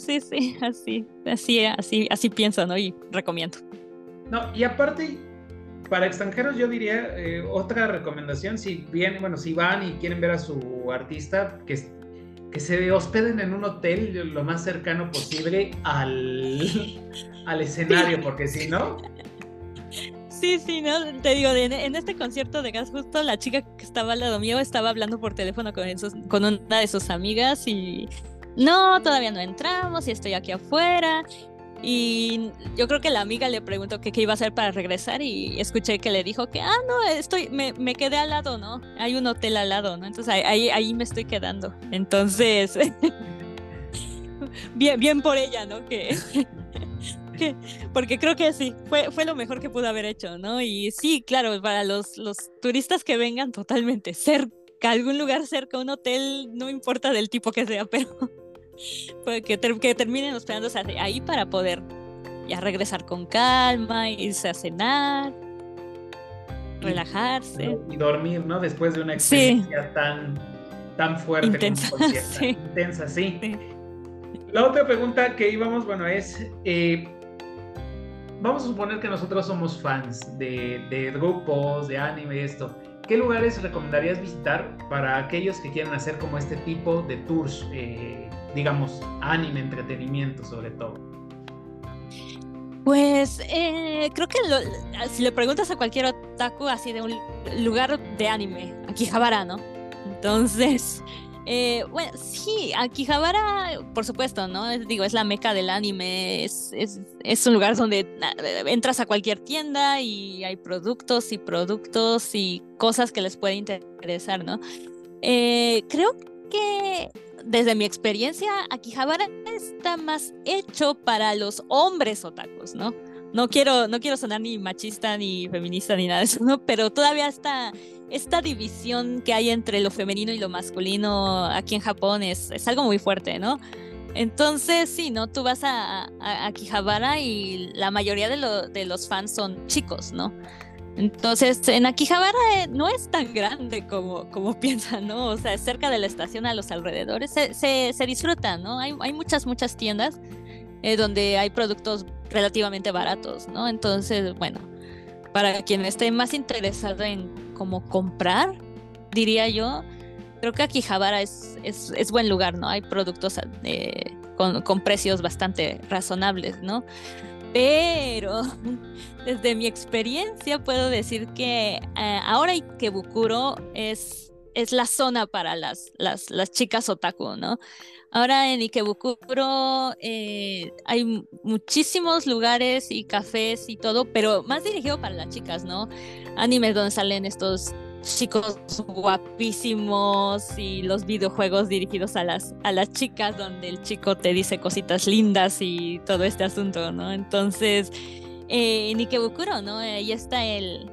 así pienso, ¿no? Y recomiendo. No, y aparte, para extranjeros yo diría otra recomendación, si van y quieren ver a su artista, que se hospeden en un hotel lo más cercano posible al escenario, porque si no... Sí, ¿no? Te digo, en este concierto de Gas, justo la chica que estaba al lado mío estaba hablando por teléfono con una de sus amigas y no, todavía no entramos y estoy aquí afuera. Y yo creo que la amiga le preguntó qué iba a hacer para regresar y escuché que le dijo que, no, me quedé al lado, ¿no? Hay un hotel al lado, ¿no? Entonces ahí me estoy quedando. Entonces, bien por ella, ¿no? Porque creo que sí, fue lo mejor que pudo haber hecho, ¿no? Y sí, claro, para los turistas que vengan totalmente cerca, algún lugar cerca, un hotel, no importa del tipo que sea, pero que terminen hospedándose ahí para poder ya regresar con calma, irse a cenar, relajarse. Y dormir, ¿no? Después de una experiencia tan fuerte. Intensa, como intensa, sí. La otra pregunta que íbamos, es... vamos a suponer que nosotros somos fans de grupos, de anime, esto. ¿Qué lugares recomendarías visitar para aquellos que quieren hacer como este tipo de tours, digamos, anime, entretenimiento sobre todo? Pues creo que si le preguntas a cualquier otaku así de un lugar de anime, Akihabara, ¿no? Entonces... sí, Akihabara, por supuesto, ¿no? Es la meca del anime, es un lugar donde entras a cualquier tienda y hay productos y cosas que les puede interesar, ¿no? Creo que desde mi experiencia, Akihabara está más hecho para los hombres otakus, ¿no? No quiero sonar ni machista, ni feminista, ni nada de eso, ¿no? Pero todavía esta división que hay entre lo femenino y lo masculino aquí en Japón es algo muy fuerte, ¿no? Entonces, sí, ¿no? Tú vas a Akihabara y la mayoría de los fans son chicos, ¿no? Entonces, en Akihabara no es tan grande como piensan, ¿no? O sea, cerca de la estación, a los alrededores, se disfruta, ¿no? Hay muchas tiendas donde hay productos relativamente baratos, ¿no? Entonces, bueno, para quien esté más interesado en cómo comprar, diría yo, creo que Akihabara es buen lugar, ¿no? Hay productos con precios bastante razonables, ¿no? Pero desde mi experiencia puedo decir que ahora Ikebukuro es la zona para las chicas otaku, ¿no? Ahora en Ikebukuro hay muchísimos lugares y cafés y todo, pero más dirigido para las chicas, ¿no? Animes donde salen estos chicos guapísimos y los videojuegos dirigidos a las chicas, donde el chico te dice cositas lindas y todo este asunto, ¿no? Entonces, en Ikebukuro, ¿no? Ahí está el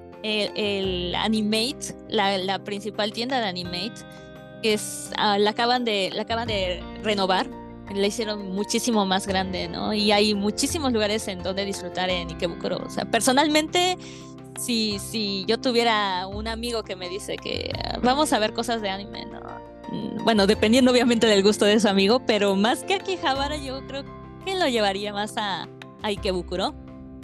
Animate, la principal tienda de Animate, que la acaban de renovar, la hicieron muchísimo más grande, ¿no? Y hay muchísimos lugares en donde disfrutar en Ikebukuro. O sea, personalmente, si yo tuviera un amigo que me dice que vamos a ver cosas de anime, ¿no? Bueno, dependiendo obviamente del gusto de su amigo, pero más que Akihabara, yo creo que lo llevaría más a Ikebukuro.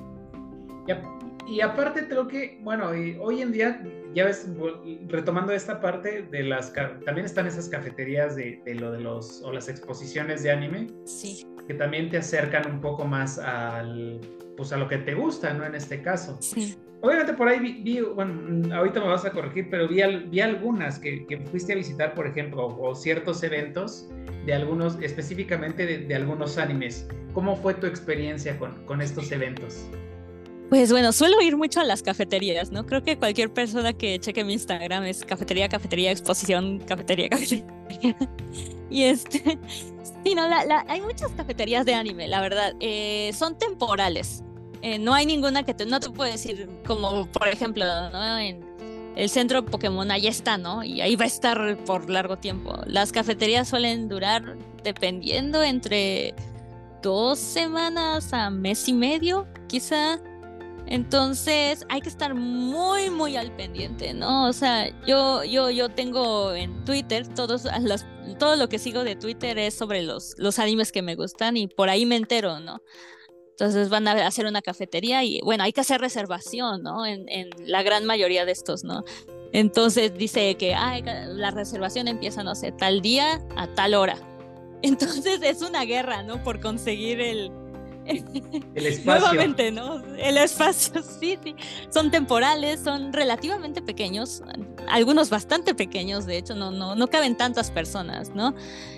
Y aparte creo que, hoy en día, ya ves, retomando esta parte también están esas cafeterías de las exposiciones de anime, sí, que también te acercan un poco más a lo que te gusta, ¿no? En este caso. Sí. Obviamente por ahí vi, ahorita me vas a corregir, pero vi algunas que fuiste a visitar, por ejemplo, o ciertos eventos de algunos, específicamente de algunos animes. ¿Cómo fue tu experiencia con estos eventos? Pues bueno, suelo ir mucho a las cafeterías, ¿no? Creo que cualquier persona que cheque mi Instagram es cafetería, exposición, cafetería. Y sí, no, hay muchas cafeterías de anime, la verdad. Son temporales. No hay ninguna no te puedo decir, como por ejemplo, ¿no? En el centro Pokémon ahí está, ¿no? Y ahí va a estar por largo tiempo. Las cafeterías suelen durar, dependiendo, entre 2 semanas a mes y medio, quizá. Entonces hay que estar muy, muy al pendiente, ¿no? O sea, yo tengo en Twitter todo lo que sigo de Twitter es sobre los animes que me gustan y por ahí me entero, ¿no? Entonces van a hacer una cafetería y bueno, hay que hacer reservación, ¿no? En la gran mayoría de estos, ¿no? Entonces dice que la reservación empieza, no sé, tal día a tal hora. Entonces es una guerra, ¿no? Por conseguir el espacio. Nuevamente, ¿no? El espacio, sí, sí. Son temporales, son relativamente pequeños, algunos bastante pequeños, de hecho, no caben tantas personas, ¿no?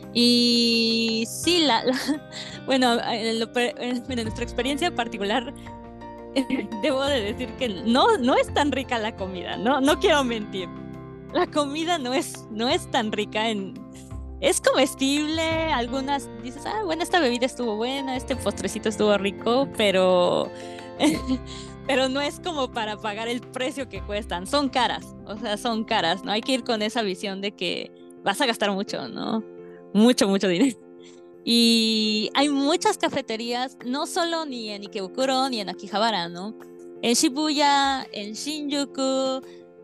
Y sí, bueno, en nuestra experiencia particular, debo de decir que no es tan rica la comida, no quiero mentir. La comida no es tan rica es comestible, algunas dices, bueno, esta bebida estuvo buena, este postrecito estuvo rico, pero no es como para pagar el precio que cuestan. Son caras, o sea, son caras, ¿no? Hay que ir con esa visión de que vas a gastar mucho, ¿no? Mucho, mucho dinero. Y hay muchas cafeterías, no solo ni en Ikebukuro ni en Akihabara, ¿no? En Shibuya, en Shinjuku,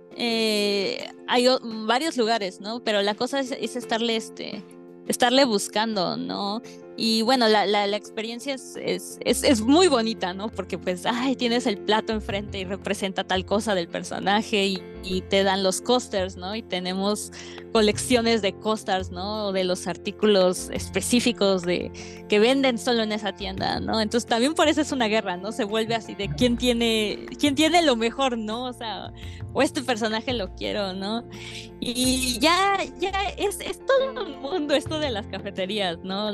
hay varios lugares, ¿no? Pero la cosa es estarle buscando, ¿no? Y bueno, la experiencia es muy bonita, ¿no? Porque pues, tienes el plato enfrente y representa tal cosa del personaje y te dan los coasters, ¿no? Y tenemos colecciones de coasters, ¿no? De los artículos específicos que venden solo en esa tienda, ¿no? Entonces también por eso es una guerra, ¿no? Se vuelve así de quién tiene lo mejor, ¿no? O sea, o este personaje lo quiero, ¿no? Y ya es todo un mundo esto de las cafeterías, ¿no?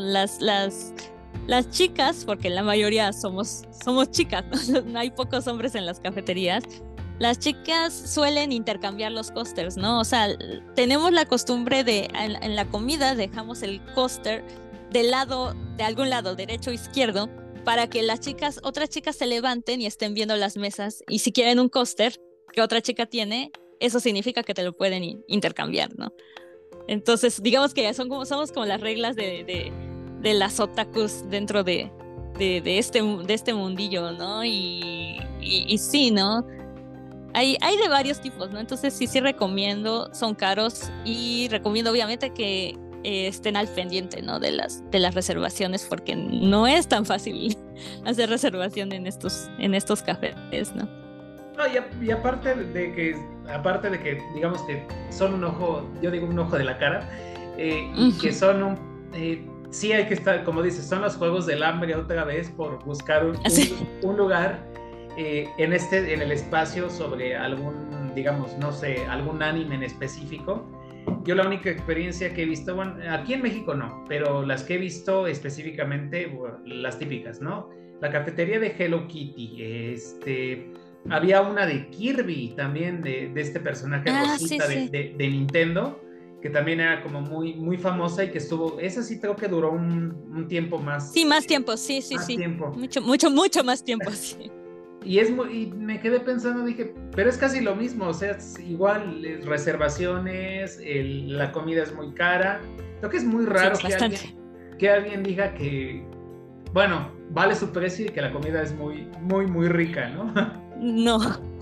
Las chicas, porque la mayoría somos chicas, ¿no? Hay pocos hombres en las cafeterías. Las chicas suelen intercambiar los coasters, ¿no? O sea, tenemos la costumbre de en la comida dejamos el coaster de algún lado, derecho o izquierdo, para que otras chicas se levanten y estén viendo las mesas. Y si quieren un coaster que otra chica tiene, eso significa que te lo pueden intercambiar, ¿no? Entonces, digamos que somos como las reglas de las otakus dentro de este mundillo, ¿no? Y sí, ¿no? Hay de varios tipos, ¿no? Entonces sí recomiendo, son caros y recomiendo obviamente que estén al pendiente, ¿no? De las reservaciones, porque no es tan fácil hacer reservación en estos cafés, ¿no? No, y aparte de que digamos que son un ojo, yo digo un ojo de la cara, y que son sí hay que estar, como dices, son los juegos del hambre otra vez por buscar un lugar en el espacio sobre algún, digamos, no sé, algún anime en específico. Yo la única experiencia que he visto, bueno, aquí en México no, pero las que he visto específicamente, bueno, las típicas, ¿no? La cafetería de Hello Kitty, había una de Kirby también, de este personaje Rosita, sí. De Nintendo, que también era como muy, muy famosa y que esa sí creo que duró un tiempo más. Sí, más tiempo, sí. Tiempo. Mucho más tiempo, sí. Y me quedé pensando, dije, pero es casi lo mismo, o sea, es igual, reservaciones, la comida es muy cara. Creo que es muy raro que alguien diga que, bueno, vale su precio y que la comida es muy, muy, muy rica, ¿no? No.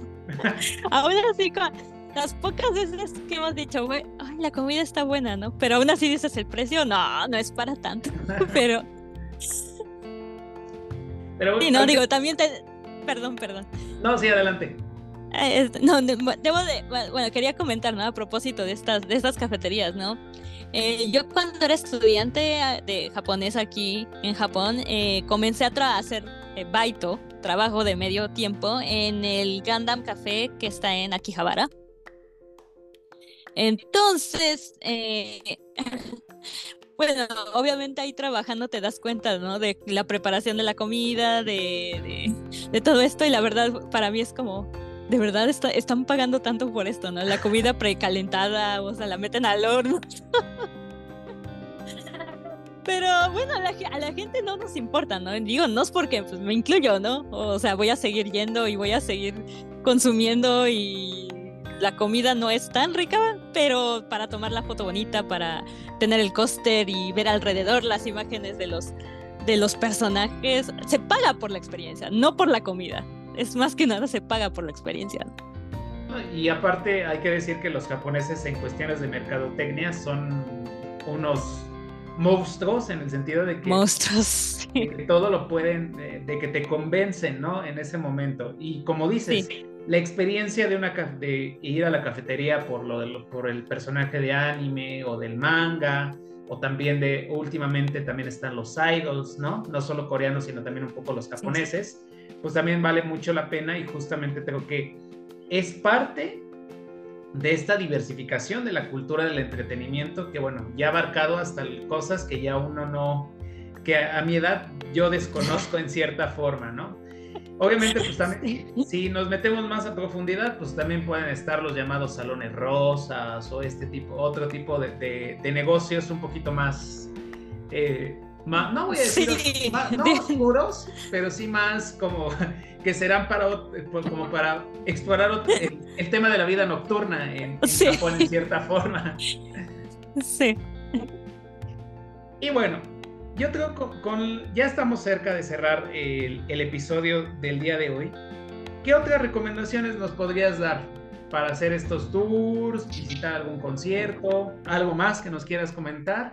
Aún así, las pocas veces que hemos dicho, güey, la comida está buena, ¿no? Pero aún así dices el precio, no es para tanto. Pero sí, no, digo, también Perdón. No, sí, adelante. Bueno, quería comentar, ¿no? A propósito de estas cafeterías, ¿no? Yo cuando era estudiante de japonés aquí en Japón, comencé a hacer baito, trabajo de medio tiempo, en el Gundam Café que está en Akihabara. Entonces, bueno, obviamente ahí trabajando te das cuenta, ¿no? De la preparación de la comida, de todo esto, y la verdad para mí es como, de verdad están pagando tanto por esto, ¿no? La comida precalentada, o sea, la meten al horno. Pero bueno, a la gente no nos importa, ¿no? Digo, no es porque pues, me incluyo, ¿no? O sea, voy a seguir yendo y voy a seguir consumiendo y la comida no es tan rica, pero para tomar la foto bonita, para tener el póster y ver alrededor las imágenes de los personajes, se paga por la experiencia, no por la comida. Es más que nada se paga por la experiencia. Y aparte hay que decir que los japoneses en cuestiones de mercadotecnia son unos monstruos en el sentido de que, monstruos, sí. Que todo lo pueden, de que te convencen, ¿no? En ese momento. Y como dices, sí, la experiencia de ir a la cafetería por el personaje de anime o del manga, o también últimamente también están los idols, ¿no? No solo coreanos, sino también un poco los japoneses, sí. Pues también vale mucho la pena y justamente creo que es parte de esta diversificación de la cultura del entretenimiento que, bueno, ya ha abarcado hasta cosas que ya uno no, que a mi edad yo desconozco en cierta forma, ¿no? Obviamente, pues también, si nos metemos más a profundidad, pues también pueden estar los llamados salones rosas o otro tipo de negocios un poquito más, no voy a decir, sí, no oscuros, pero sí más como que serán como para explorar el tema de la vida nocturna en sí. Japón en cierta forma. Sí. Y bueno, yo creo que ya estamos cerca de cerrar el episodio del día de hoy. ¿Qué otras recomendaciones nos podrías dar para hacer estos tours, visitar algún concierto, algo más que nos quieras comentar?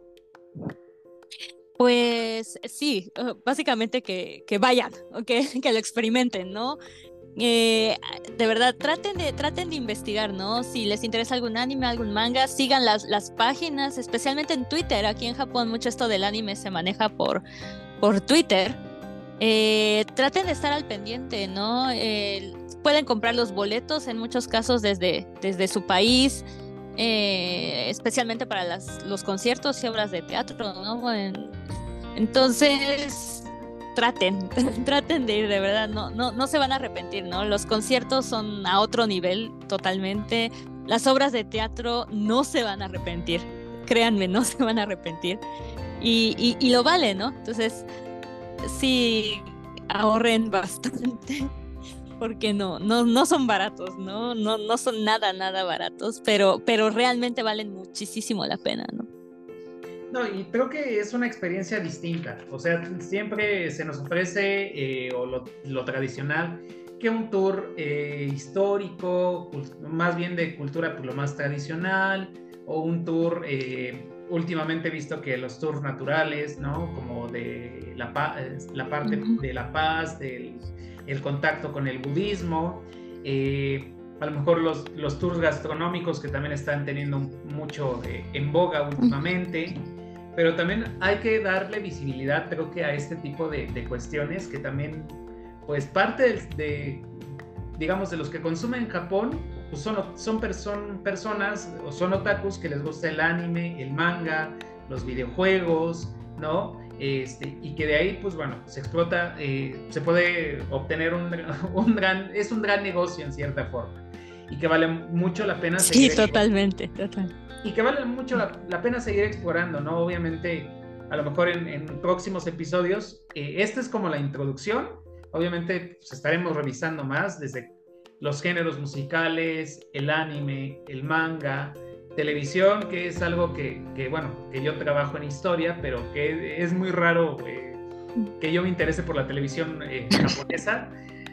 Pues sí, básicamente que vayan, que lo experimenten, ¿no? De verdad, traten de investigar, ¿no? Si les interesa algún anime, algún manga, sigan las páginas, especialmente en Twitter. Aquí en Japón mucho esto del anime se maneja por Twitter. Traten de estar al pendiente, ¿no? Pueden comprar los boletos en muchos casos desde su país, especialmente para los conciertos y obras de teatro, ¿no? Entonces traten de ir, de verdad, no se van a arrepentir, ¿no? Los conciertos son a otro nivel totalmente. Las obras de teatro no se van a arrepentir, créanme, no se van a arrepentir y lo vale, ¿no? Entonces sí, ahorren bastante porque no son baratos, no son nada baratos, pero realmente valen muchísimo la pena, ¿no? No, y creo que es una experiencia distinta, o sea, siempre se nos ofrece o lo tradicional, que un tour histórico, más bien de cultura pues, lo más tradicional, o un tour, últimamente he visto que los tours naturales, ¿no? Como de la parte de la paz, el contacto con el budismo, a lo mejor los tours gastronómicos que también están teniendo mucho en boga últimamente, pero también hay que darle visibilidad, creo que a este tipo de cuestiones que también, pues parte digamos, de los que consumen Japón, pues son personas o son otakus que les gusta el anime, el manga, los videojuegos, ¿no? Y que de ahí, pues bueno, se explota, se puede obtener es un gran negocio en cierta forma y que vale mucho la pena seguir. Sí, totalmente. Y que vale mucho la pena seguir explorando, ¿no? Obviamente, a lo mejor en próximos episodios, esta es como la introducción, obviamente pues, estaremos revisando más desde los géneros musicales, el anime, el manga, televisión, que es algo que bueno, que yo trabajo en historia, pero que es muy raro que yo me interese por la televisión japonesa.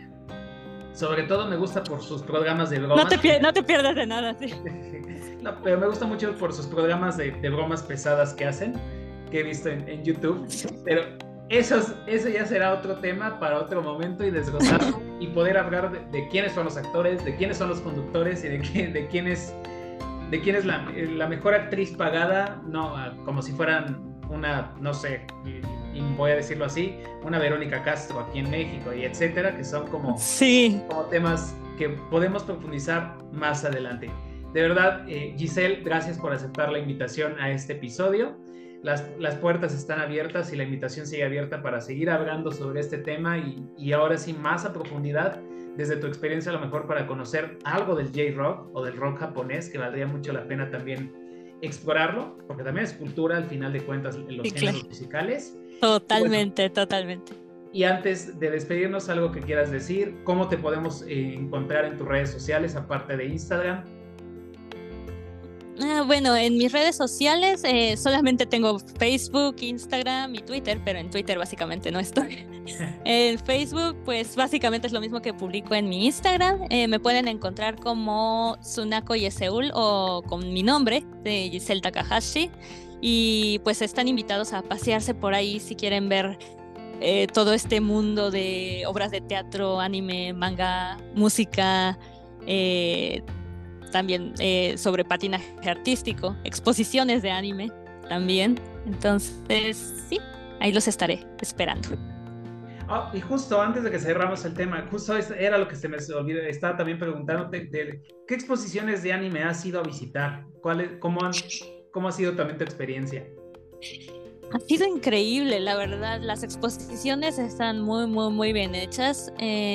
Sobre todo me gusta por sus programas de bromas. No te pierdas de nada, sí. No, pero me gusta mucho por sus programas de bromas pesadas que hacen, que he visto en YouTube. Pero eso ya será otro tema para otro momento y desglosarlo y poder hablar de quiénes son los actores, de quiénes son los conductores y de quién es la mejor actriz pagada, no como si fueran una, no sé, y voy a decirlo así, una Verónica Castro aquí en México y etcétera, que son como temas que podemos profundizar más adelante. De verdad, Giselle, gracias por aceptar la invitación a este episodio. Las puertas están abiertas y la invitación sigue abierta para seguir hablando sobre este tema y ahora sí más a profundidad desde tu experiencia, a lo mejor para conocer algo del J-Rock o del rock japonés, que valdría mucho la pena también explorarlo, porque también es cultura al final de cuentas en los géneros musicales. Totalmente, totalmente. Y antes de despedirnos, algo que quieras decir, ¿cómo te podemos encontrar en tus redes sociales aparte de Instagram? Bueno, en mis redes sociales solamente tengo Facebook, Instagram y Twitter, pero en Twitter básicamente no estoy. En Facebook, pues básicamente es lo mismo que publico en mi Instagram. Me pueden encontrar como Tsunako Yeseul o con mi nombre, de Giselle Takahashi. Y pues están invitados a pasearse por ahí si quieren ver todo este mundo de obras de teatro, anime, manga, música, también sobre patinaje artístico, exposiciones de anime también. Entonces, sí, ahí los estaré esperando. Y justo antes de que cerramos el tema, justo era lo que se me olvidó, estaba también preguntándote de qué exposiciones de anime has ido a visitar, cómo ha sido también tu experiencia. Ha sido increíble, la verdad. Las exposiciones están muy, muy, muy bien hechas.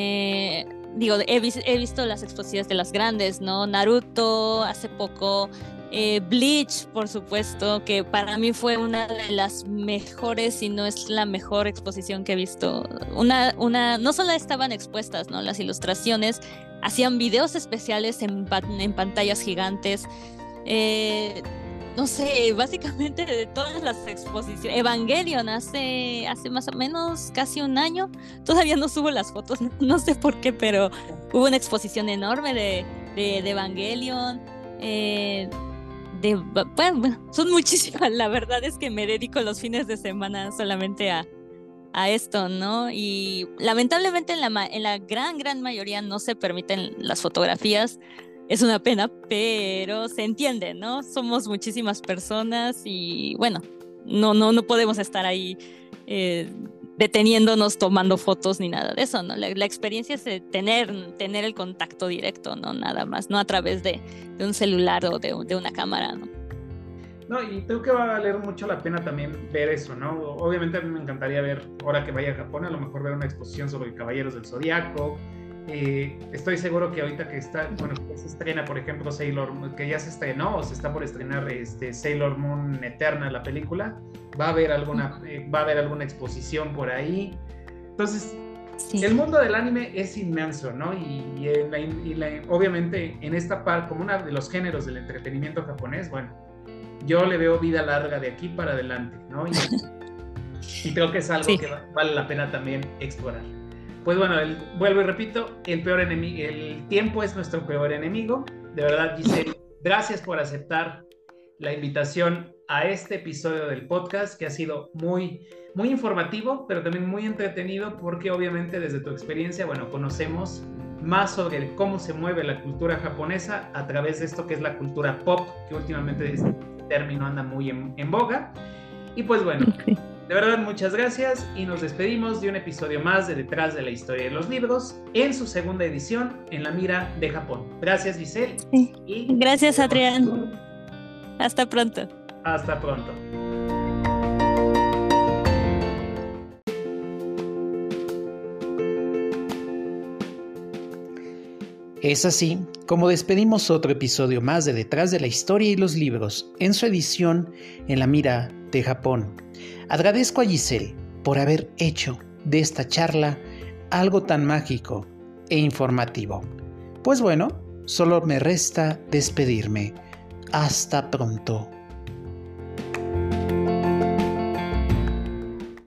He visto las exposiciones de las grandes, ¿no? Naruto, hace poco, Bleach, por supuesto, que para mí fue una de las mejores, si no es la mejor exposición que he visto. No solo estaban expuestas, ¿no? Las ilustraciones, hacían videos especiales en pantallas gigantes. No sé, básicamente de todas las exposiciones. Evangelion hace más o menos casi un año. Todavía no subo las fotos, no sé por qué, pero hubo una exposición enorme de Evangelion. Bueno, son muchísimas. La verdad es que me dedico los fines de semana solamente a esto, ¿no? Y lamentablemente en la gran mayoría no se permiten las fotografías. Es una pena, pero se entiende, ¿no? Somos muchísimas personas y bueno, no podemos estar ahí deteniéndonos, tomando fotos ni nada de eso, ¿no? La experiencia es tener el contacto directo, ¿no? Nada más, no a través de un celular o de una cámara, ¿no? No, y creo que va a valer mucho la pena también ver eso, ¿no? Obviamente a mí me encantaría ver, ahora que vaya a Japón, a lo mejor ver una exposición sobre Caballeros del Zodiaco. Estoy seguro que ahorita que se estrena, por ejemplo, que ya se estrenó o se está por estrenar Sailor Moon Eterna, la película, va a haber alguna exposición por ahí. Entonces, sí, el mundo del anime es inmenso, ¿no? Y obviamente en esta parte, como uno de los géneros del entretenimiento japonés, bueno, yo le veo vida larga de aquí para adelante, ¿no? Y creo que es algo que vale la pena también explorar. Pues bueno, vuelvo y repito, el tiempo es nuestro peor enemigo. De verdad, Giselle, gracias por aceptar la invitación a este episodio del podcast, que ha sido muy, muy informativo, pero también muy entretenido, porque obviamente desde tu experiencia, bueno, conocemos más sobre cómo se mueve la cultura japonesa a través de esto que es la cultura pop, que últimamente este término anda muy en boga. Y pues bueno, de verdad, muchas gracias y nos despedimos de un episodio más de Detrás de la Historia de los Libros en su segunda edición en la mira de Japón. Gracias, Giselle. Sí. Gracias, Adrián. Hasta pronto. Hasta pronto. Es así como despedimos otro episodio más de Detrás de la Historia y los Libros en su edición en la mira de Japón. Agradezco a Giselle por haber hecho de esta charla algo tan mágico e informativo. Pues bueno, solo me resta despedirme. Hasta pronto.